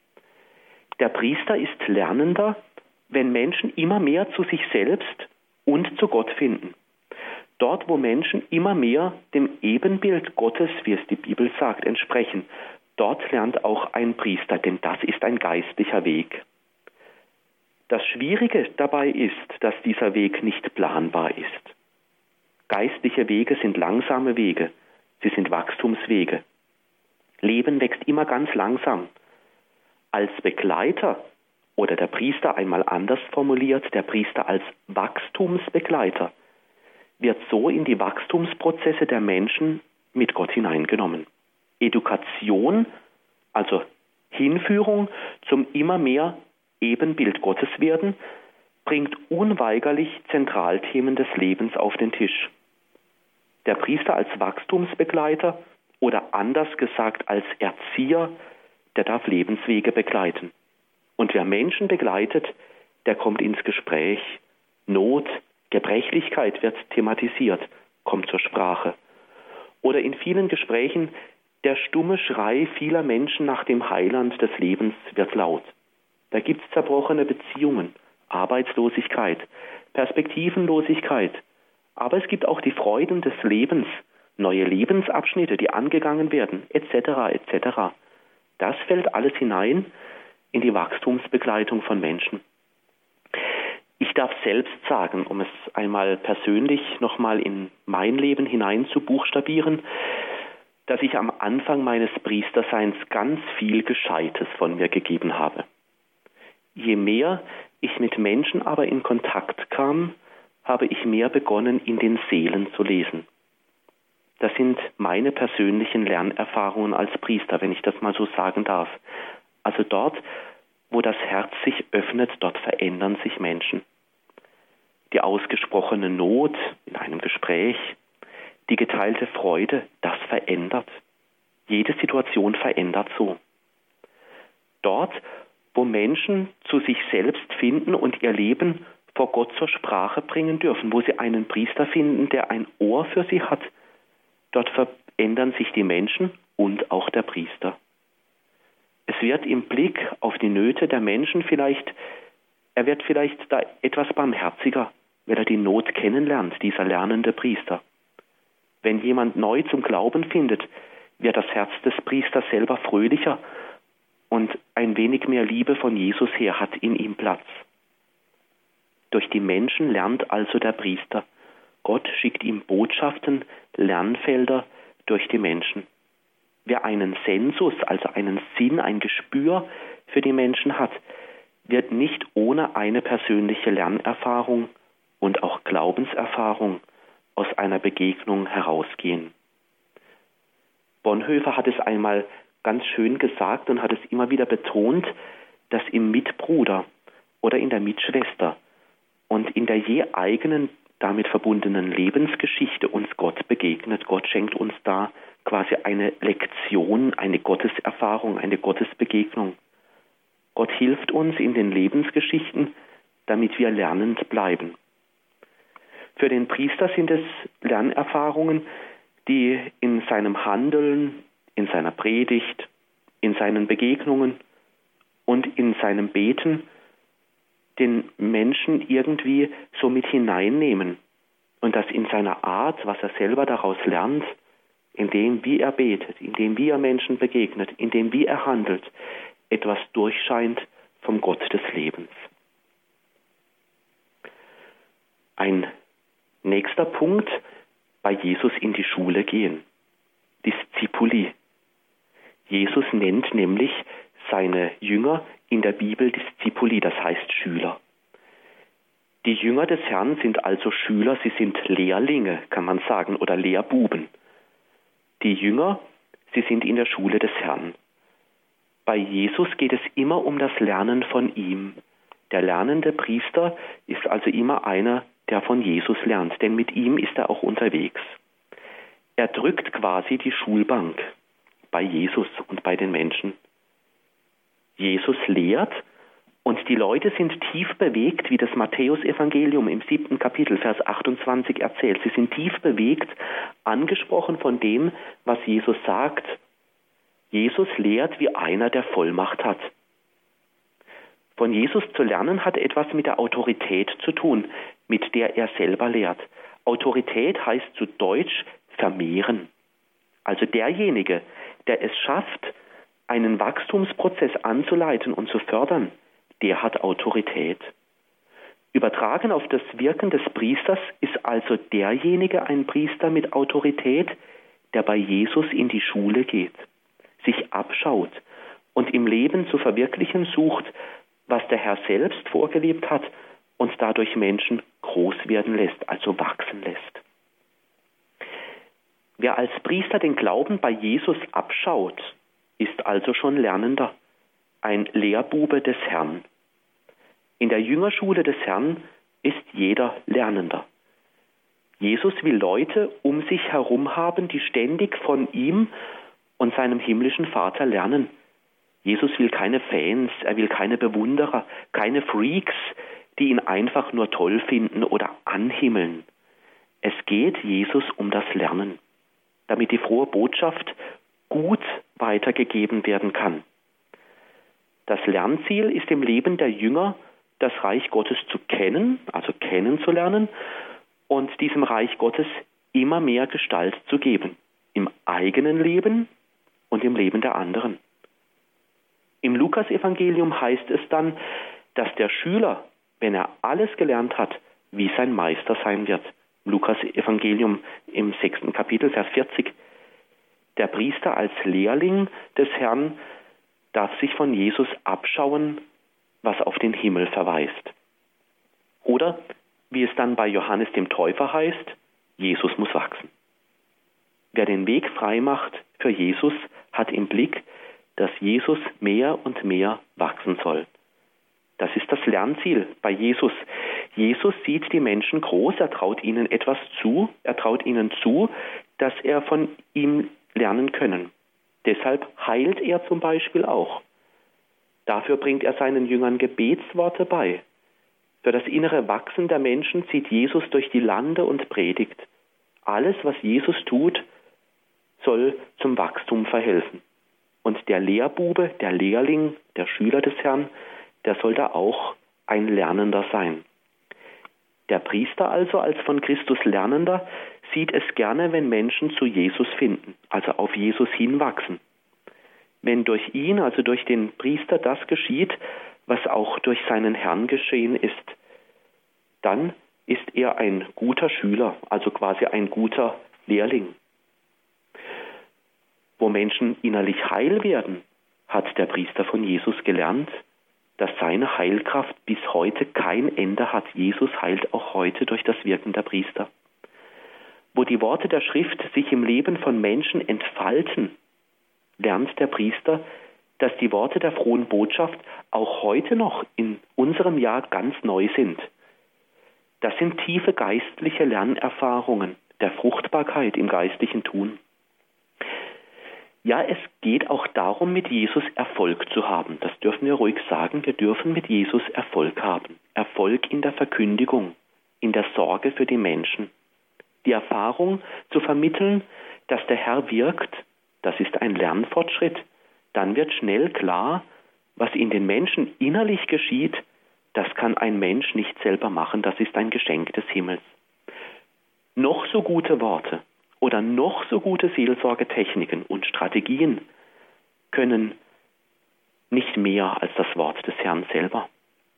B: Der Priester ist Lernender, wenn Menschen immer mehr zu sich selbst und zu Gott finden. Dort, wo Menschen immer mehr dem Ebenbild Gottes, wie es die Bibel sagt, entsprechen, dort lernt auch ein Priester, denn das ist ein geistlicher Weg. Das Schwierige dabei ist, dass dieser Weg nicht planbar ist. Geistliche Wege sind langsame Wege, sie sind Wachstumswege. Leben wächst immer ganz langsam. Als Begleiter oder der Priester einmal anders formuliert, der Priester als Wachstumsbegleiter, wird so in die Wachstumsprozesse der Menschen mit Gott hineingenommen. Education, also Hinführung zum immer mehr Ebenbild Gottes werden, bringt unweigerlich Zentralthemen des Lebens auf den Tisch. Der Priester als Wachstumsbegleiter oder anders gesagt als Erzieher, der darf Lebenswege begleiten. Und wer Menschen begleitet, der kommt ins Gespräch. Not, Gebrechlichkeit wird thematisiert, kommt zur Sprache. Oder in vielen Gesprächen, der stumme Schrei vieler Menschen nach dem Heiland des Lebens wird laut. Da gibt es zerbrochene Beziehungen, Arbeitslosigkeit, Perspektivenlosigkeit. Aber es gibt auch die Freuden des Lebens, neue Lebensabschnitte, die angegangen werden, et cetera et cetera. Das fällt alles hinein in die Wachstumsbegleitung von Menschen. Ich darf selbst sagen, um es einmal persönlich nochmal in mein Leben hinein zu buchstabieren, dass ich am Anfang meines Priesterseins ganz viel Gescheites von mir gegeben habe. Je mehr ich mit Menschen aber in Kontakt kam, habe ich mehr begonnen, in den Seelen zu lesen. Das sind meine persönlichen Lernerfahrungen als Priester, wenn ich das mal so sagen darf. Also dort, wo das Herz sich öffnet, dort verändern sich Menschen. Die ausgesprochene Not in einem Gespräch, die geteilte Freude, das verändert. Jede Situation verändert so. Dort, wo Menschen zu sich selbst finden und ihr Leben vor Gott zur Sprache bringen dürfen, wo sie einen Priester finden, der ein Ohr für sie hat, dort verändern sich die Menschen und auch der Priester. Es wird im Blick auf die Nöte der Menschen vielleicht, er wird vielleicht da etwas barmherziger, weil er die Not kennenlernt, dieser lernende Priester. Wenn jemand neu zum Glauben findet, wird das Herz des Priesters selber fröhlicher und ein wenig mehr Liebe von Jesus her hat in ihm Platz. Durch die Menschen lernt also der Priester. Gott schickt ihm Botschaften, Lernfelder durch die Menschen. Wer einen Sensus, also einen Sinn, ein Gespür für die Menschen hat, wird nicht ohne eine persönliche Lernerfahrung und auch Glaubenserfahrung aus einer Begegnung herausgehen. Bonhoeffer hat es einmal ganz schön gesagt und hat es immer wieder betont, dass im Mitbruder oder in der Mitschwester und in der je eigenen damit verbundenen Lebensgeschichte uns Gott begegnet. Gott schenkt uns da quasi eine Lektion, eine Gotteserfahrung, eine Gottesbegegnung. Gott hilft uns in den Lebensgeschichten, damit wir lernend bleiben. Für den Priester sind es Lernerfahrungen, die in seinem Handeln, in seiner Predigt, in seinen Begegnungen und in seinem Beten den Menschen irgendwie so mit hineinnehmen und das in seiner Art, was er selber daraus lernt, in dem, wie er betet, in dem, wie er Menschen begegnet, in dem, wie er handelt, etwas durchscheint vom Gott des Lebens. Ein nächster Punkt, bei Jesus in die Schule gehen. Diszipuli. Jesus nennt nämlich seine Jünger in der Bibel Diszipuli, das heißt Schüler. Die Jünger des Herrn sind also Schüler, sie sind Lehrlinge, kann man sagen, oder Lehrbuben. Die Jünger, sie sind in der Schule des Herrn. Bei Jesus geht es immer um das Lernen von ihm. Der lernende Priester ist also immer einer, der von Jesus lernt, denn mit ihm ist er auch unterwegs. Er drückt quasi die Schulbank bei Jesus und bei den Menschen. Jesus lehrt und die Leute sind tief bewegt, wie das Matthäus-Evangelium im siebten Kapitel, Vers achtundzwanzig erzählt. Sie sind tief bewegt, angesprochen von dem, was Jesus sagt. Jesus lehrt wie einer, der Vollmacht hat. Von Jesus zu lernen hat etwas mit der Autorität zu tun, mit der er selber lehrt. Autorität heißt zu Deutsch vermehren. Also derjenige, der es schafft, einen Wachstumsprozess anzuleiten und zu fördern, der hat Autorität. Übertragen auf das Wirken des Priesters ist also derjenige ein Priester mit Autorität, der bei Jesus in die Schule geht, sich abschaut und im Leben zu verwirklichen sucht, was der Herr selbst vorgelebt hat und dadurch Menschen groß werden lässt, also wachsen lässt. Wer als Priester den Glauben bei Jesus abschaut, ist also schon Lernender, ein Lehrbube des Herrn. In der Jüngerschule des Herrn ist jeder Lernender. Jesus will Leute um sich herum haben, die ständig von ihm und seinem himmlischen Vater lernen. Jesus will keine Fans, er will keine Bewunderer, keine Freaks, die ihn einfach nur toll finden oder anhimmeln. Es geht Jesus um das Lernen, damit die frohe Botschaft gut weitergegeben werden kann. Das Lernziel ist im Leben der Jünger, das Reich Gottes zu kennen, also kennenzulernen und diesem Reich Gottes immer mehr Gestalt zu geben, im eigenen Leben und im Leben der anderen. Im Lukas-Evangelium heißt es dann, dass der Schüler wenn er alles gelernt hat, wie sein Meister sein wird. Lukas Evangelium im sechsten Kapitel, Vers vierzig. Der Priester als Lehrling des Herrn darf sich von Jesus abschauen, was auf den Himmel verweist. Oder, wie es dann bei Johannes dem Täufer heißt, Jesus muss wachsen. Wer den Weg frei macht für Jesus, hat im Blick, dass Jesus mehr und mehr wachsen soll. Das ist das Lernziel bei Jesus. Jesus sieht die Menschen groß, er traut ihnen etwas zu, er traut ihnen zu, dass er von ihm lernen können. Deshalb heilt er zum Beispiel auch. Dafür bringt er seinen Jüngern Gebetsworte bei. Für das innere Wachsen der Menschen zieht Jesus durch die Lande und predigt. Alles, was Jesus tut, soll zum Wachstum verhelfen. Und der Lehrbube, der Lehrling, der Schüler des Herrn, der soll da auch ein Lernender sein. Der Priester also als von Christus Lernender sieht es gerne, wenn Menschen zu Jesus finden, also auf Jesus hinwachsen. Wenn durch ihn, also durch den Priester, das geschieht, was auch durch seinen Herrn geschehen ist, dann ist er ein guter Schüler, also quasi ein guter Lehrling. Wo Menschen innerlich heil werden, hat der Priester von Jesus gelernt, dass seine Heilkraft bis heute kein Ende hat. Jesus heilt auch heute durch das Wirken der Priester. Wo die Worte der Schrift sich im Leben von Menschen entfalten, lernt der Priester, dass die Worte der frohen Botschaft auch heute noch in unserem Jahr ganz neu sind. Das sind tiefe geistliche Lernerfahrungen der Fruchtbarkeit im geistlichen Tun. Ja, es geht auch darum, mit Jesus Erfolg zu haben. Das dürfen wir ruhig sagen. Wir dürfen mit Jesus Erfolg haben. Erfolg in der Verkündigung, in der Sorge für die Menschen. Die Erfahrung zu vermitteln, dass der Herr wirkt, das ist ein Lernfortschritt. Dann wird schnell klar, was in den Menschen innerlich geschieht, das kann ein Mensch nicht selber machen. Das ist ein Geschenk des Himmels. Noch so gute Worte oder noch so gute Seelsorgetechniken und Strategien können nicht mehr als das Wort des Herrn selber.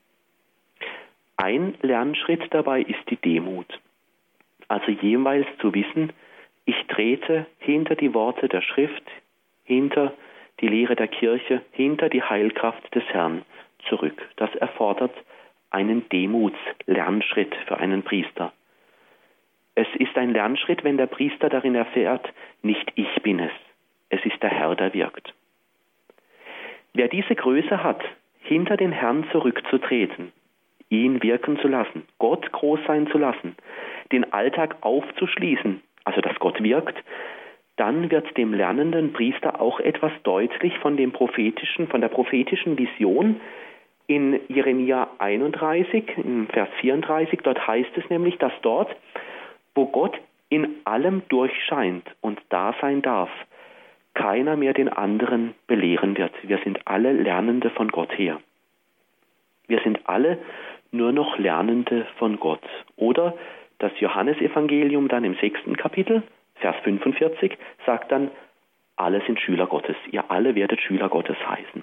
B: Ein Lernschritt dabei ist die Demut. Also jeweils zu wissen, ich trete hinter die Worte der Schrift, hinter die Lehre der Kirche, hinter die Heilkraft des Herrn zurück. Das erfordert einen Demutslernschritt für einen Priester. Es ist ein Lernschritt, wenn der Priester darin erfährt, nicht ich bin es, es ist der Herr, der wirkt. Wer diese Größe hat, hinter den Herrn zurückzutreten, ihn wirken zu lassen, Gott groß sein zu lassen, den Alltag aufzuschließen, also dass Gott wirkt, dann wird dem lernenden Priester auch etwas deutlich von dem prophetischen, von der prophetischen Vision in Jeremia einunddreißig, in Vers vierunddreißig. Dort heißt es nämlich, dass dort, wo Gott in allem durchscheint und da sein darf, keiner mehr den anderen belehren wird. Wir sind alle Lernende von Gott her. Wir sind alle nur noch Lernende von Gott. Oder das Johannesevangelium dann im sechsten Kapitel, Vers fünfundvierzig, sagt dann, alle sind Schüler Gottes. Ihr alle werdet Schüler Gottes heißen.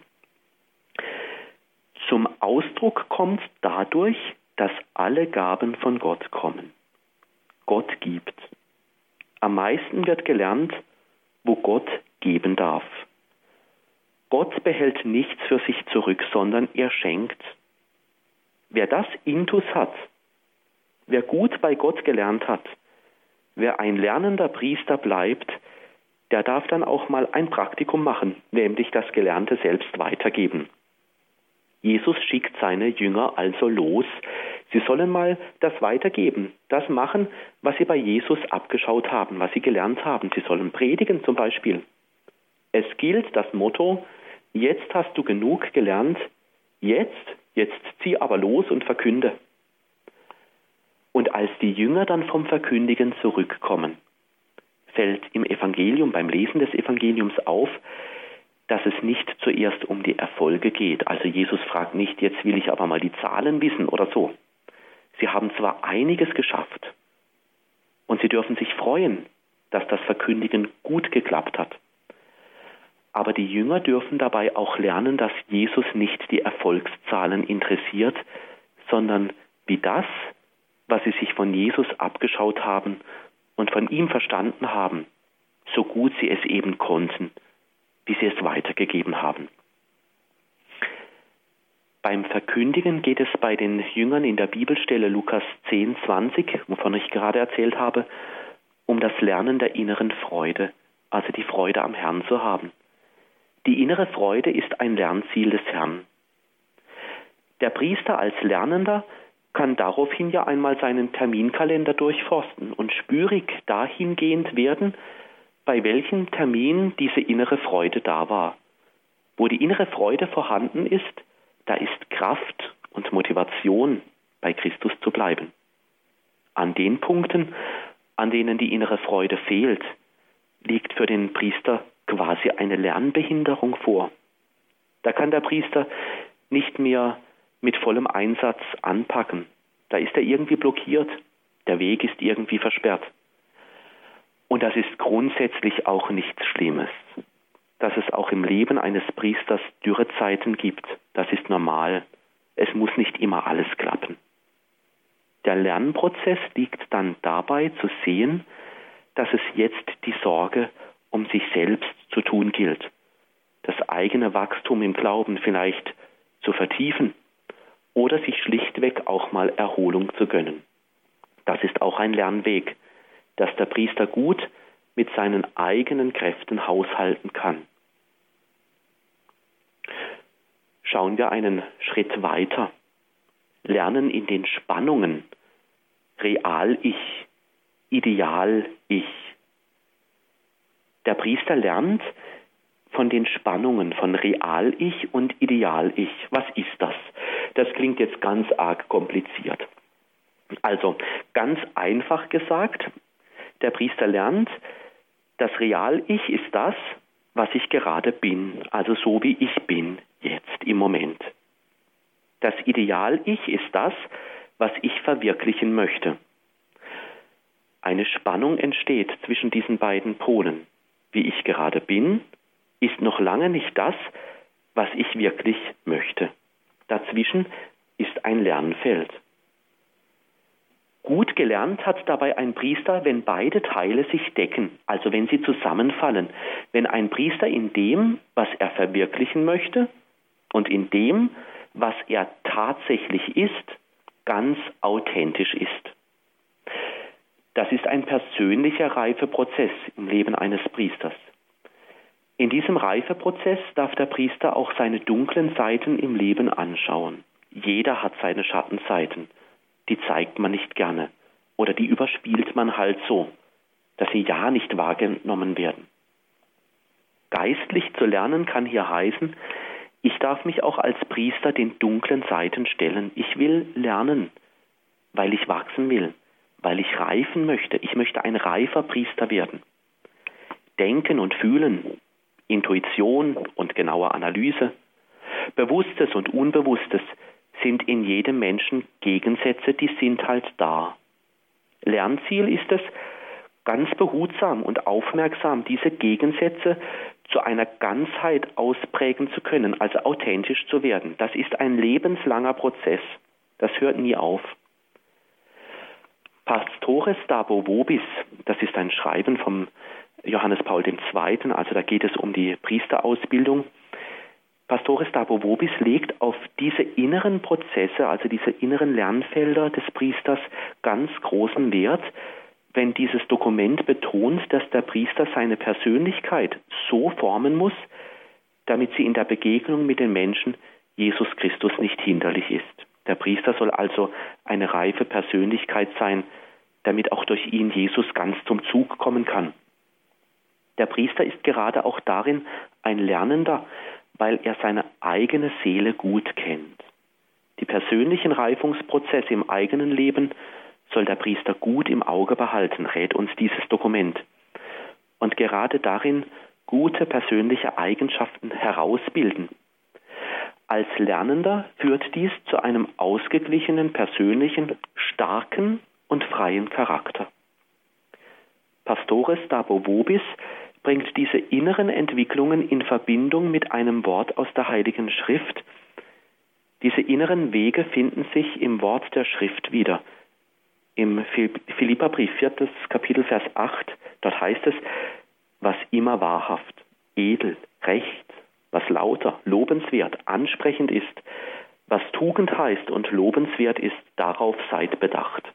B: Zum Ausdruck kommt dadurch, dass alle Gaben von Gott kommen. Gott gibt. Am meisten wird gelernt, wo Gott geben darf. Gott behält nichts für sich zurück, sondern er schenkt. Wer das Intus hat, wer gut bei Gott gelernt hat, wer ein lernender Priester bleibt, der darf dann auch mal ein Praktikum machen, nämlich das Gelernte selbst weitergeben. Jesus schickt seine Jünger also los. Sie sollen mal das weitergeben, das machen, was sie bei Jesus abgeschaut haben, was sie gelernt haben. Sie sollen predigen zum Beispiel. Es gilt das Motto, jetzt hast du genug gelernt, jetzt, jetzt zieh aber los und verkünde. Und als die Jünger dann vom Verkündigen zurückkommen, fällt im Evangelium, beim Lesen des Evangeliums auf, dass es nicht zuerst um die Erfolge geht. Also Jesus fragt nicht, jetzt will ich aber mal die Zahlen wissen oder so. Sie haben zwar einiges geschafft und sie dürfen sich freuen, dass das Verkündigen gut geklappt hat. Aber die Jünger dürfen dabei auch lernen, dass Jesus nicht die Erfolgszahlen interessiert, sondern wie das, was sie sich von Jesus abgeschaut haben und von ihm verstanden haben, so gut sie es eben konnten, wie sie es weitergegeben haben. Beim Verkündigen geht es bei den Jüngern in der Bibelstelle Lukas zehn, zwanzig, wovon ich gerade erzählt habe, um das Lernen der inneren Freude, also die Freude am Herrn zu haben. Die innere Freude ist ein Lernziel des Herrn. Der Priester als Lernender kann daraufhin ja einmal seinen Terminkalender durchforsten und spürig dahingehend werden, bei welchem Termin diese innere Freude da war. Wo die innere Freude vorhanden ist, da ist Kraft und Motivation, bei Christus zu bleiben. An den Punkten, an denen die innere Freude fehlt, liegt für den Priester quasi eine Lernbehinderung vor. Da kann der Priester nicht mehr mit vollem Einsatz anpacken. Da ist er irgendwie blockiert, der Weg ist irgendwie versperrt. Und das ist grundsätzlich auch nichts Schlimmes. Dass es auch im Leben eines Priesters Dürrezeiten gibt, das ist normal. Es muss nicht immer alles klappen. Der Lernprozess liegt dann dabei zu sehen, dass es jetzt die Sorge um sich selbst zu tun gilt, das eigene Wachstum im Glauben vielleicht zu vertiefen oder sich schlichtweg auch mal Erholung zu gönnen. Das ist auch ein Lernweg, dass der Priester gut mit seinen eigenen Kräften haushalten kann. Schauen wir einen Schritt weiter. Lernen in den Spannungen. Real-Ich, Ideal-Ich. Der Priester lernt von den Spannungen von Real-Ich und Ideal-Ich. Was ist das? Das klingt jetzt ganz arg kompliziert. Also, ganz einfach gesagt, der Priester lernt, das Real-Ich ist das, was ich gerade bin, also so wie ich bin, jetzt im Moment. Das Ideal-Ich ist das, was ich verwirklichen möchte. Eine Spannung entsteht zwischen diesen beiden Polen. Wie ich gerade bin, ist noch lange nicht das, was ich wirklich möchte. Dazwischen ist ein Lernfeld. Gut gelernt hat dabei ein Priester, wenn beide Teile sich decken, also wenn sie zusammenfallen. Wenn ein Priester in dem, was er verwirklichen möchte, und in dem, was er tatsächlich ist, ganz authentisch ist. Das ist ein persönlicher Reifeprozess im Leben eines Priesters. In diesem Reifeprozess darf der Priester auch seine dunklen Seiten im Leben anschauen. Jeder hat seine Schattenseiten. Die zeigt man nicht gerne oder die überspielt man halt so, dass sie ja nicht wahrgenommen werden. Geistlich zu lernen kann hier heißen, ich darf mich auch als Priester den dunklen Seiten stellen. Ich will lernen, weil ich wachsen will, weil ich reifen möchte. Ich möchte ein reifer Priester werden. Denken und Fühlen, Intuition und genaue Analyse, Bewusstes und Unbewusstes sind in jedem Menschen Gegensätze, die sind halt da. Lernziel ist es, ganz behutsam und aufmerksam diese Gegensätze zu einer Ganzheit ausprägen zu können, also authentisch zu werden. Das ist ein lebenslanger Prozess. Das hört nie auf. Pastores Dabo Vobis, das ist ein Schreiben vom Johannes Paul der Zweite., also da geht es um die Priesterausbildung. Pastores Dabo Vobis legt auf diese inneren Prozesse, also diese inneren Lernfelder des Priesters, ganz großen Wert, wenn dieses Dokument betont, dass der Priester seine Persönlichkeit so formen muss, damit sie in der Begegnung mit den Menschen Jesus Christus nicht hinderlich ist. Der Priester soll also eine reife Persönlichkeit sein, damit auch durch ihn Jesus ganz zum Zug kommen kann. Der Priester ist gerade auch darin ein Lernender, weil er seine eigene Seele gut kennt. Die persönlichen Reifungsprozesse im eigenen Leben soll der Priester gut im Auge behalten, rät uns dieses Dokument. Und gerade darin gute persönliche Eigenschaften herausbilden. Als Lernender führt dies zu einem ausgeglichenen, persönlichen, starken und freien Charakter. Pastores Dabo Vobis bringt diese inneren Entwicklungen in Verbindung mit einem Wort aus der Heiligen Schrift, Diese inneren Wege finden sich im Wort der Schrift wieder. Im Philipperbrief, viertes Kapitel, Vers acht, dort heißt es, was immer wahrhaft, edel, recht, was lauter, lobenswert, ansprechend ist, was Tugend heißt und lobenswert ist, darauf seid bedacht.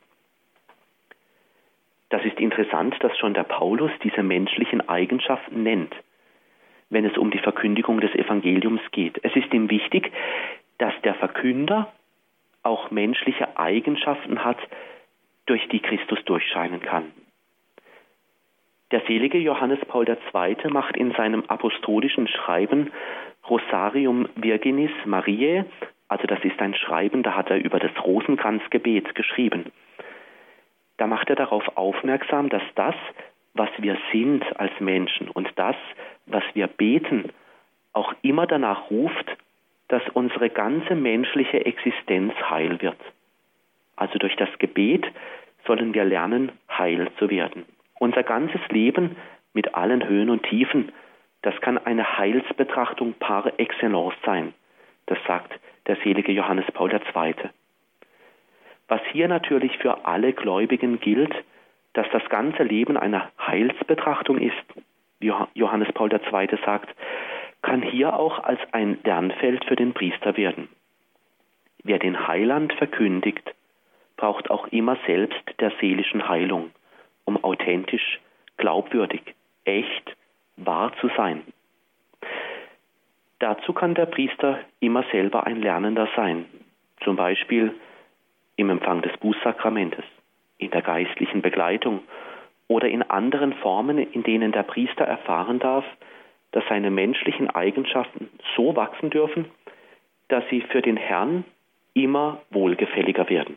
B: Das ist interessant, dass schon der Paulus diese menschlichen Eigenschaften nennt, wenn es um die Verkündigung des Evangeliums geht. Es ist ihm wichtig, dass der Verkünder auch menschliche Eigenschaften hat, durch die Christus durchscheinen kann. Der selige Johannes Paul der Zweite macht in seinem apostolischen Schreiben Rosarium Virginis Mariae, also das ist ein Schreiben, da hat er über das Rosenkranzgebet geschrieben. Da macht er darauf aufmerksam, dass das, was wir sind als Menschen und das, was wir beten, auch immer danach ruft, dass unsere ganze menschliche Existenz heil wird. Also durch das Gebet sollen wir lernen, heil zu werden. Unser ganzes Leben mit allen Höhen und Tiefen, das kann eine Heilsbetrachtung par excellence sein. Das sagt der selige Johannes Paul der Zweite. Was hier natürlich für alle Gläubigen gilt, dass das ganze Leben eine Heilsbetrachtung ist, wie Johannes Paul der Zweite sagt, kann hier auch als ein Lernfeld für den Priester werden. Wer den Heiland verkündigt, braucht auch immer selbst der seelischen Heilung, um authentisch, glaubwürdig, echt, wahr zu sein. Dazu kann der Priester immer selber ein Lernender sein, zum Beispiel im Empfang des Bußsakramentes, in der geistlichen Begleitung oder in anderen Formen, in denen der Priester erfahren darf, dass seine menschlichen Eigenschaften so wachsen dürfen, dass sie für den Herrn immer wohlgefälliger werden.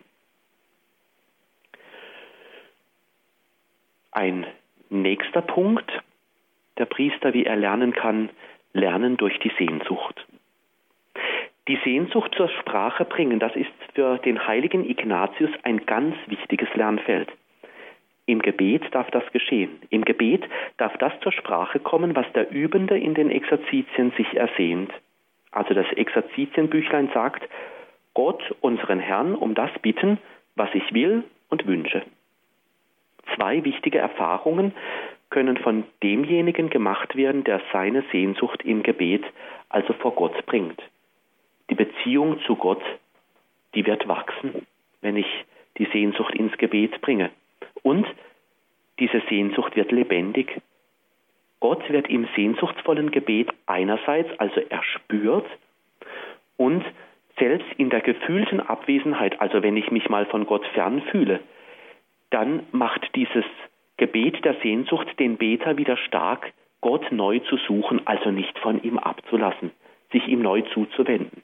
B: Ein nächster Punkt, der Priester, wie er lernen kann, lernen durch die Sehnsucht. Die Sehnsucht zur Sprache bringen, das ist für den heiligen Ignatius ein ganz wichtiges Lernfeld. Im Gebet darf das geschehen. Im Gebet darf das zur Sprache kommen, was der Übende in den Exerzitien sich ersehnt. Also das Exerzitienbüchlein sagt, Gott, unseren Herrn, um das bitten, was ich will und wünsche. Zwei wichtige Erfahrungen können von demjenigen gemacht werden, der seine Sehnsucht im Gebet, also vor Gott, bringt. Die Beziehung zu Gott, die wird wachsen, wenn ich die Sehnsucht ins Gebet bringe. Und diese Sehnsucht wird lebendig. Gott wird im sehnsuchtsvollen Gebet einerseits also erspürt und selbst in der gefühlten Abwesenheit, also wenn ich mich mal von Gott fern fühle, dann macht dieses Gebet der Sehnsucht den Beter wieder stark, Gott neu zu suchen, also nicht von ihm abzulassen, sich ihm neu zuzuwenden.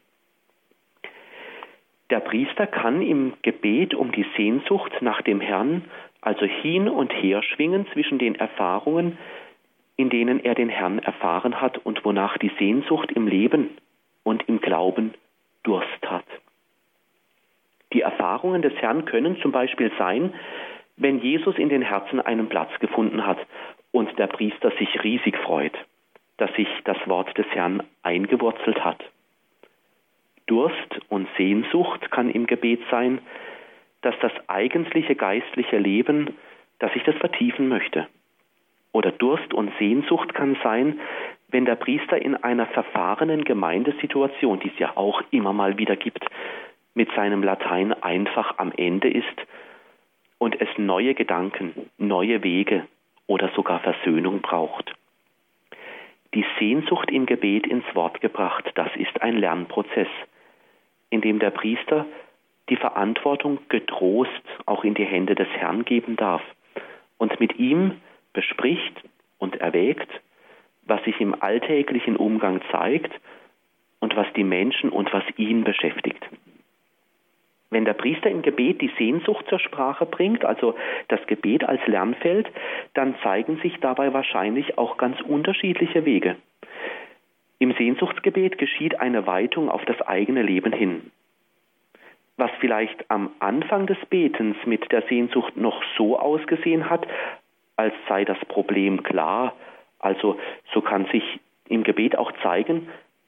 B: Der Priester kann im Gebet um die Sehnsucht nach dem Herrn also hin und her schwingen zwischen den Erfahrungen, in denen er den Herrn erfahren hat und wonach die Sehnsucht im Leben und im Glauben Durst hat. Die Erfahrungen des Herrn können zum Beispiel sein, wenn Jesus in den Herzen einen Platz gefunden hat und der Priester sich riesig freut, dass sich das Wort des Herrn eingewurzelt hat. Durst und Sehnsucht kann im Gebet sein, dass das eigentliche geistliche Leben, dass ich das vertiefen möchte. Oder Durst und Sehnsucht kann sein, wenn der Priester in einer verfahrenen Gemeindesituation, die es ja auch immer mal wieder gibt, mit seinem Latein einfach am Ende ist und es neue Gedanken, neue Wege oder sogar Versöhnung braucht. Die Sehnsucht im Gebet ins Wort gebracht, das ist ein Lernprozess, in dem der Priester die Verantwortung getrost auch in die Hände des Herrn geben darf und mit ihm bespricht und erwägt, was sich im alltäglichen Umgang zeigt und was die Menschen und was ihn beschäftigt. Wenn der Priester im Gebet die Sehnsucht zur Sprache bringt, also das Gebet als Lernfeld, dann zeigen sich dabei wahrscheinlich auch ganz unterschiedliche Wege. Im Sehnsuchtsgebet geschieht eine Weitung auf das eigene Leben hin. Was vielleicht am Anfang des Betens mit der Sehnsucht noch so ausgesehen hat, als sei das Problem klar, also so kann sich im Gebet auch zeigen,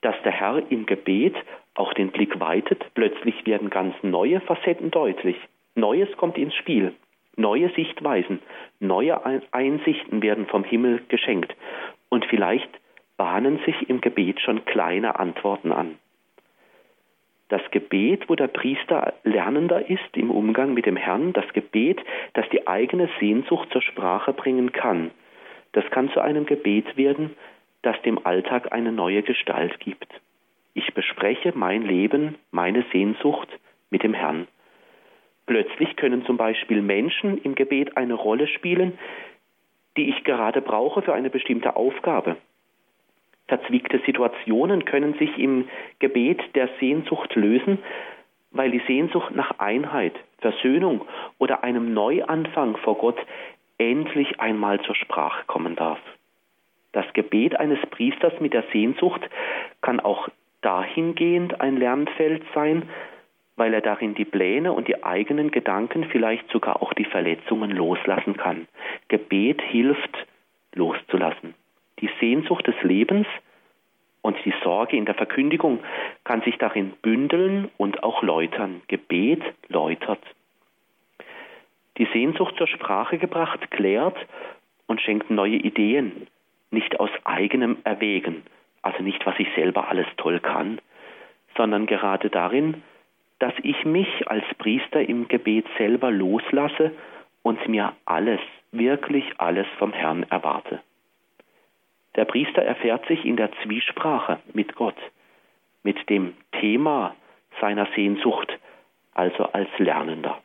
B: dass der Herr im Gebet auch den Blick weitet. Plötzlich werden ganz neue Facetten deutlich. Neues kommt ins Spiel. Neue Sichtweisen, neue Einsichten werden vom Himmel geschenkt. Und vielleicht bahnen sich im Gebet schon kleine Antworten an. Das Gebet, wo der Priester lernender ist im Umgang mit dem Herrn, das Gebet, das die eigene Sehnsucht zur Sprache bringen kann, das kann zu einem Gebet werden, das dem Alltag eine neue Gestalt gibt. Ich bespreche mein Leben, meine Sehnsucht mit dem Herrn. Plötzlich können zum Beispiel Menschen im Gebet eine Rolle spielen, die ich gerade brauche für eine bestimmte Aufgabe. Verzwickte Situationen können sich im Gebet der Sehnsucht lösen, weil die Sehnsucht nach Einheit, Versöhnung oder einem Neuanfang vor Gott endlich einmal zur Sprache kommen darf. Das Gebet eines Priesters mit der Sehnsucht kann auch dahingehend ein Lernfeld sein, weil er darin die Pläne und die eigenen Gedanken, vielleicht sogar auch die Verletzungen loslassen kann. Gebet hilft, loszulassen. Die Sehnsucht des Lebens und die Sorge in der Verkündigung kann sich darin bündeln und auch läutern. Gebet läutert. Die Sehnsucht zur Sprache gebracht, klärt und schenkt neue Ideen, nicht aus eigenem Erwägen, also nicht, was ich selber alles toll kann, sondern gerade darin, dass ich mich als Priester im Gebet selber loslasse und mir alles, wirklich alles vom Herrn erwarte. Der Priester erfährt sich in der Zwiesprache mit Gott, mit dem Thema seiner Sehnsucht, also als Lernender.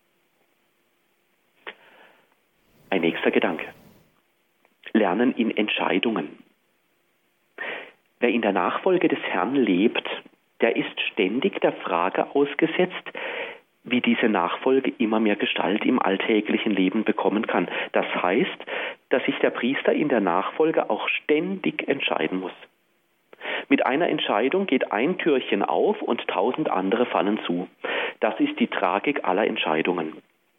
B: Ein nächster Gedanke. Lernen in Entscheidungen. Wer in der Nachfolge des Herrn lebt, der ist ständig der Frage ausgesetzt, wie diese Nachfolge immer mehr Gestalt im alltäglichen Leben bekommen kann. Das heißt, dass sich der Priester in der Nachfolge auch ständig entscheiden muss. Mit einer Entscheidung geht ein Türchen auf und tausend andere fallen zu. Das ist die Tragik aller Entscheidungen.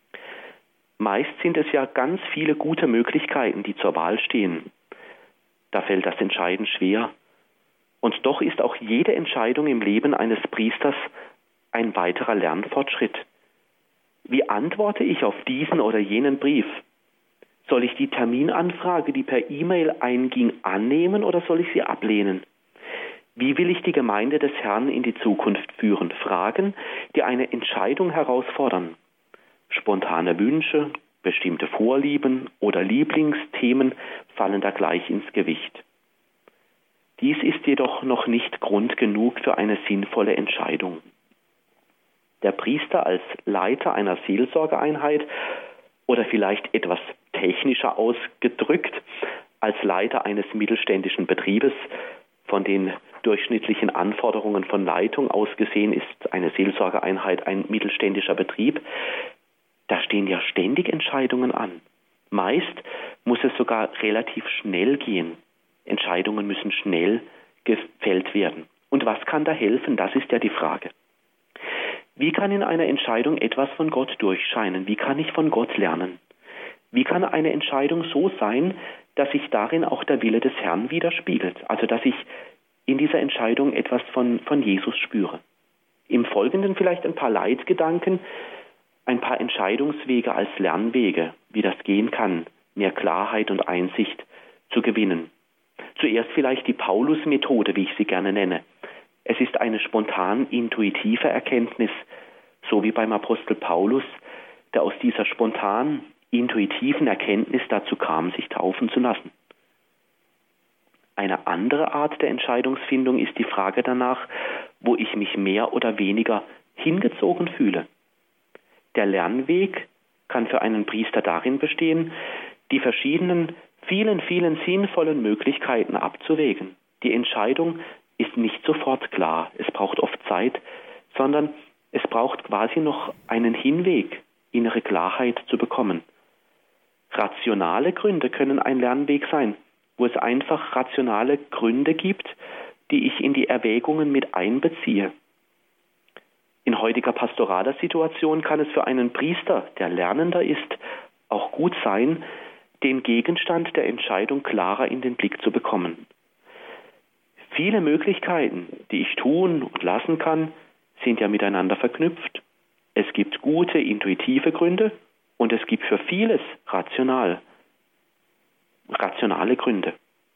B: Meist sind es ja ganz viele gute Möglichkeiten, die zur Wahl stehen. Da fällt das Entscheiden schwer. Und doch ist auch jede Entscheidung im Leben eines Priesters ein weiterer Lernfortschritt. Wie antworte ich auf diesen oder jenen Brief? Soll ich die Terminanfrage, die per E-Mail einging, annehmen oder soll ich sie ablehnen? Wie will ich die Gemeinde des Herrn in die Zukunft führen? Fragen, die eine Entscheidung herausfordern. Spontane Wünsche, bestimmte Vorlieben oder Lieblingsthemen fallen da gleich ins Gewicht. Dies ist jedoch noch nicht Grund genug für eine sinnvolle Entscheidung. Der Priester als Leiter einer Seelsorgeeinheit oder vielleicht etwas technischer ausgedrückt, als Leiter eines mittelständischen Betriebes, von den durchschnittlichen Anforderungen von Leitung aus gesehen ist eine Seelsorgeeinheit ein mittelständischer Betrieb, da stehen ja ständig Entscheidungen an. Meist muss es sogar relativ schnell gehen. Entscheidungen müssen schnell gefällt werden. Und was kann da helfen? Das ist ja die Frage. Wie kann in einer Entscheidung etwas von Gott durchscheinen? Wie kann ich von Gott lernen? Wie kann eine Entscheidung so sein, dass sich darin auch der Wille des Herrn widerspiegelt? Also dass ich in dieser Entscheidung etwas von, von Jesus spüre. Im Folgenden vielleicht ein paar Leitgedanken, ein paar Entscheidungswege als Lernwege, wie das gehen kann, mehr Klarheit und Einsicht zu gewinnen. Zuerst vielleicht die Paulus-Methode, wie ich sie gerne nenne. Es ist eine spontan intuitive Erkenntnis, so wie beim Apostel Paulus, der aus dieser spontan intuitiven Erkenntnis dazu kam, sich taufen zu lassen. Eine andere Art der Entscheidungsfindung ist die Frage danach, wo ich mich mehr oder weniger hingezogen fühle. Der Lernweg kann für einen Priester darin bestehen, die verschiedenen, vielen, vielen sinnvollen Möglichkeiten abzuwägen. Die Entscheidung ist nicht sofort klar, es braucht oft Zeit, sondern es braucht quasi noch einen Hinweg, innere Klarheit zu bekommen. Rationale Gründe können ein Lernweg sein, wo es einfach rationale Gründe gibt, die ich in die Erwägungen mit einbeziehe. In heutiger pastoraler Situation kann es für einen Priester, der Lernender ist, auch gut sein, den Gegenstand der Entscheidung klarer in den Blick zu bekommen. Viele Möglichkeiten, die ich tun und lassen kann, sind ja miteinander verknüpft. Es gibt gute, intuitive Gründe und es gibt für vieles rational, rationale Gründe.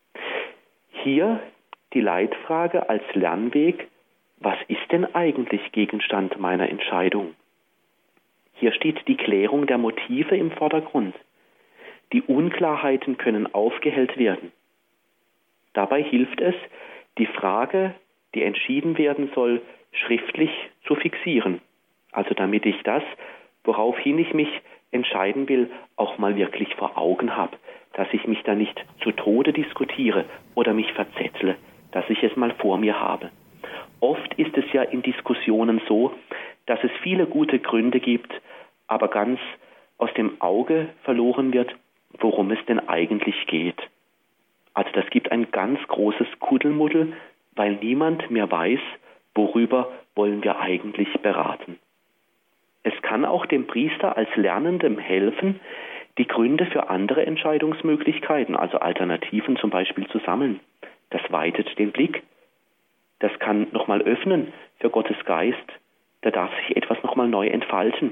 B: Hier die Leitfrage als Lernweg: Was ist denn eigentlich Gegenstand meiner Entscheidung? Hier steht die Klärung der Motive im Vordergrund. Die Unklarheiten können aufgehellt werden. Dabei hilft es, die Frage, die entschieden werden soll, schriftlich zu fixieren. Also damit ich das, woraufhin ich mich entscheiden will, auch mal wirklich vor Augen habe. Dass ich mich da nicht zu Tode diskutiere oder mich verzettle, dass ich es mal vor mir habe. Oft ist es ja in Diskussionen so, dass es viele gute Gründe gibt, aber ganz aus dem Auge verloren wird, worum es denn eigentlich geht. Also das gibt ein ganz großes Kuddelmuddel, weil niemand mehr weiß, worüber wollen wir eigentlich beraten. Es kann auch dem Priester als Lernendem helfen, die Gründe für andere Entscheidungsmöglichkeiten, also Alternativen zum Beispiel, zu sammeln. Das weitet den Blick. Das kann nochmal öffnen für Gottes Geist. Da darf sich etwas nochmal neu entfalten.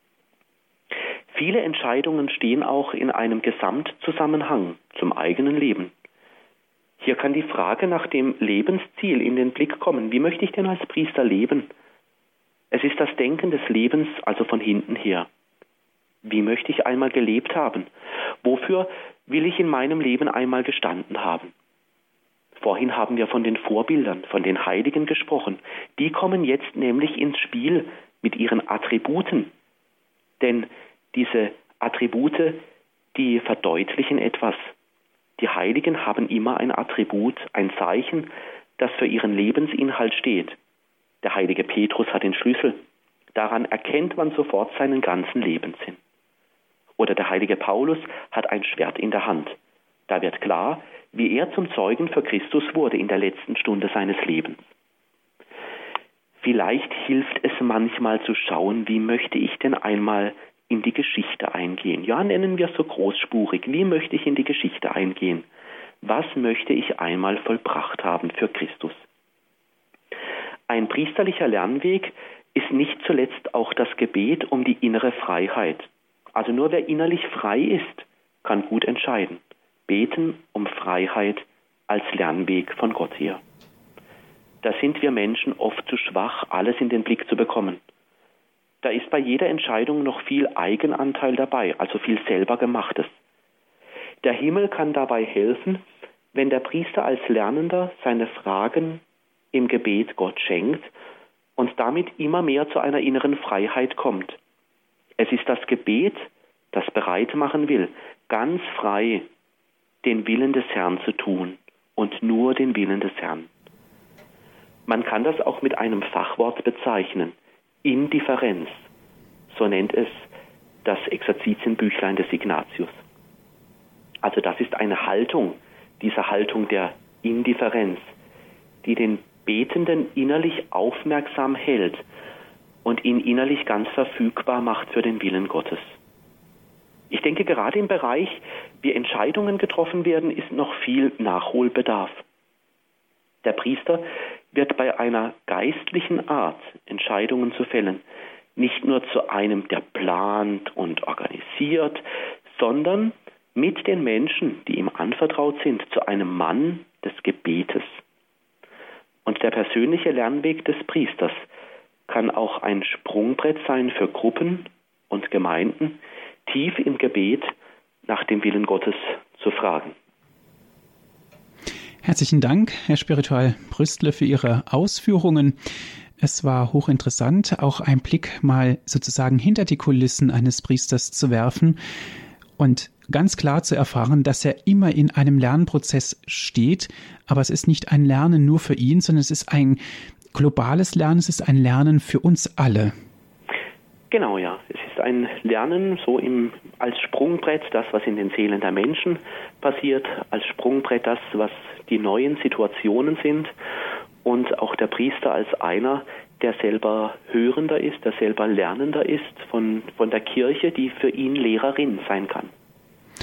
B: Viele Entscheidungen stehen auch in einem Gesamtzusammenhang zum eigenen Leben. Hier kann die Frage nach dem Lebensziel in den Blick kommen. Wie möchte ich denn als Priester leben? Es ist das Denken des Lebens, also von hinten her. Wie möchte ich einmal gelebt haben? Wofür will ich in meinem Leben einmal gestanden haben? Vorhin haben wir von den Vorbildern, von den Heiligen gesprochen. Die kommen jetzt nämlich ins Spiel mit ihren Attributen. Denn diese Attribute, die verdeutlichen etwas. Die Heiligen haben immer ein Attribut, ein Zeichen, das für ihren Lebensinhalt steht. Der heilige Petrus hat den Schlüssel. Daran erkennt man sofort seinen ganzen Lebenssinn. Oder der heilige Paulus hat ein Schwert in der Hand. Da wird klar, wie er zum Zeugen für Christus wurde in der letzten Stunde seines Lebens. Vielleicht hilft es manchmal zu schauen, wie möchte ich denn einmal in die Geschichte eingehen. Ja, nennen wir es so großspurig. Wie möchte ich in die Geschichte eingehen? Was möchte ich einmal vollbracht haben für Christus? Ein priesterlicher Lernweg ist nicht zuletzt auch das Gebet um die innere Freiheit. Also nur wer innerlich frei ist, kann gut entscheiden. Beten um Freiheit als Lernweg von Gott her. Da sind wir Menschen oft zu schwach, alles in den Blick zu bekommen. Da ist bei jeder Entscheidung noch viel Eigenanteil dabei, also viel selber Gemachtes. Der Himmel kann dabei helfen, wenn der Priester als Lernender seine Fragen im Gebet Gott schenkt und damit immer mehr zu einer inneren Freiheit kommt. Es ist das Gebet, das bereit machen will, ganz frei den Willen des Herrn zu tun und nur den Willen des Herrn. Man kann das auch mit einem Fachwort bezeichnen: Indifferenz. So nennt es das Exerzitienbüchlein des Ignatius. Also das ist eine Haltung, diese Haltung der Indifferenz, die den Betenden innerlich aufmerksam hält und ihn innerlich ganz verfügbar macht für den Willen Gottes. Ich denke, gerade im Bereich, wie Entscheidungen getroffen werden, ist noch viel Nachholbedarf. Der Priester wird bei einer geistlichen Art, Entscheidungen zu fällen, nicht nur zu einem, der plant und organisiert, sondern mit den Menschen, die ihm anvertraut sind, zu einem Mann des Gebetes. Und der persönliche Lernweg des Priesters kann auch ein Sprungbrett sein für Gruppen und Gemeinden, tief im Gebet nach dem Willen Gottes zu fragen.
A: Herzlichen Dank, Herr Spiritual Brüstle, für Ihre Ausführungen. Es war hochinteressant, auch einen Blick mal sozusagen hinter die Kulissen eines Priesters zu werfen und ganz klar zu erfahren, dass er immer in einem Lernprozess steht. Aber es ist nicht ein Lernen nur für ihn, sondern es ist ein globales Lernen, es ist ein Lernen für uns alle.
B: Genau, ja. Es ist ein Lernen so im, als Sprungbrett, das, was in den Seelen der Menschen passiert, als Sprungbrett das, was die neuen Situationen sind, und auch der Priester als einer, der selber Hörender ist, der selber Lernender ist von, von der Kirche, die für ihn Lehrerin sein kann.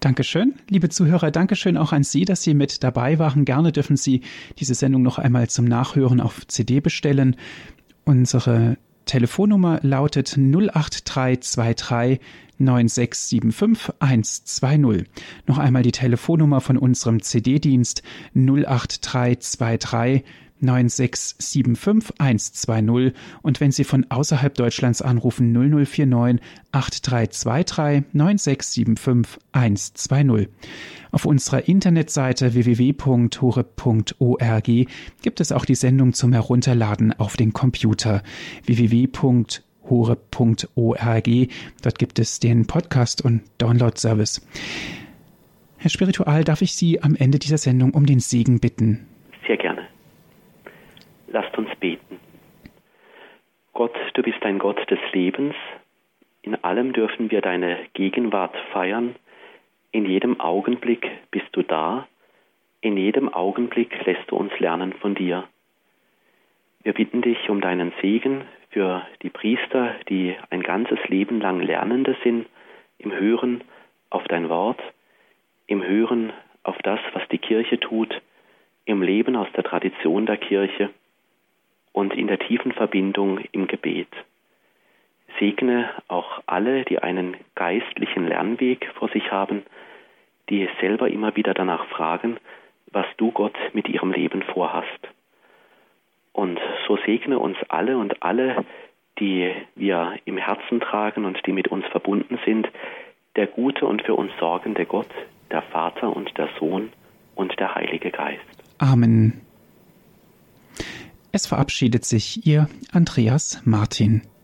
A: Dankeschön, liebe Zuhörer, Dankeschön auch an Sie, dass Sie mit dabei waren. Gerne dürfen Sie diese Sendung noch einmal zum Nachhören auf C D bestellen. Unsere Telefonnummer lautet null acht drei zwei drei neun sechs sieben fünf eins zwei null. Noch einmal die Telefonnummer von unserem C D-Dienst null acht drei zwei drei neun sechs sieben fünf eins zwei null und wenn Sie von außerhalb Deutschlands anrufen null null vier neun acht drei zwei drei neun sechs sieben fünf eins zwei null. Auf unserer Internetseite w w w punkt horeb punkt org gibt es auch die Sendung zum Herunterladen auf den Computer w w w punkt horeb punkt org. Dort gibt es den Podcast- und Download-Service. Herr Spiritual, darf ich Sie am Ende dieser Sendung um den Segen bitten?
B: Sehr gerne. Lasst uns beten. Gott, du bist ein Gott des Lebens. In allem dürfen wir deine Gegenwart feiern. In jedem Augenblick bist du da. In jedem Augenblick lässt du uns lernen von dir. Wir bitten dich um deinen Segen für die Priester, die ein ganzes Leben lang Lernende sind, im Hören auf dein Wort, im Hören auf das, was die Kirche tut, im Leben aus der Tradition der Kirche und in der tiefen Verbindung im Gebet. Segne auch alle, die einen geistlichen Lernweg vor sich haben, die selber immer wieder danach fragen, was du, Gott, mit ihrem Leben vorhast. Und so segne uns alle und alle, die wir im Herzen tragen und die mit uns verbunden sind, der gute und für uns sorgende Gott, der Vater und der Sohn und der Heilige Geist.
A: Amen. Es verabschiedet sich Ihr Andreas Martin.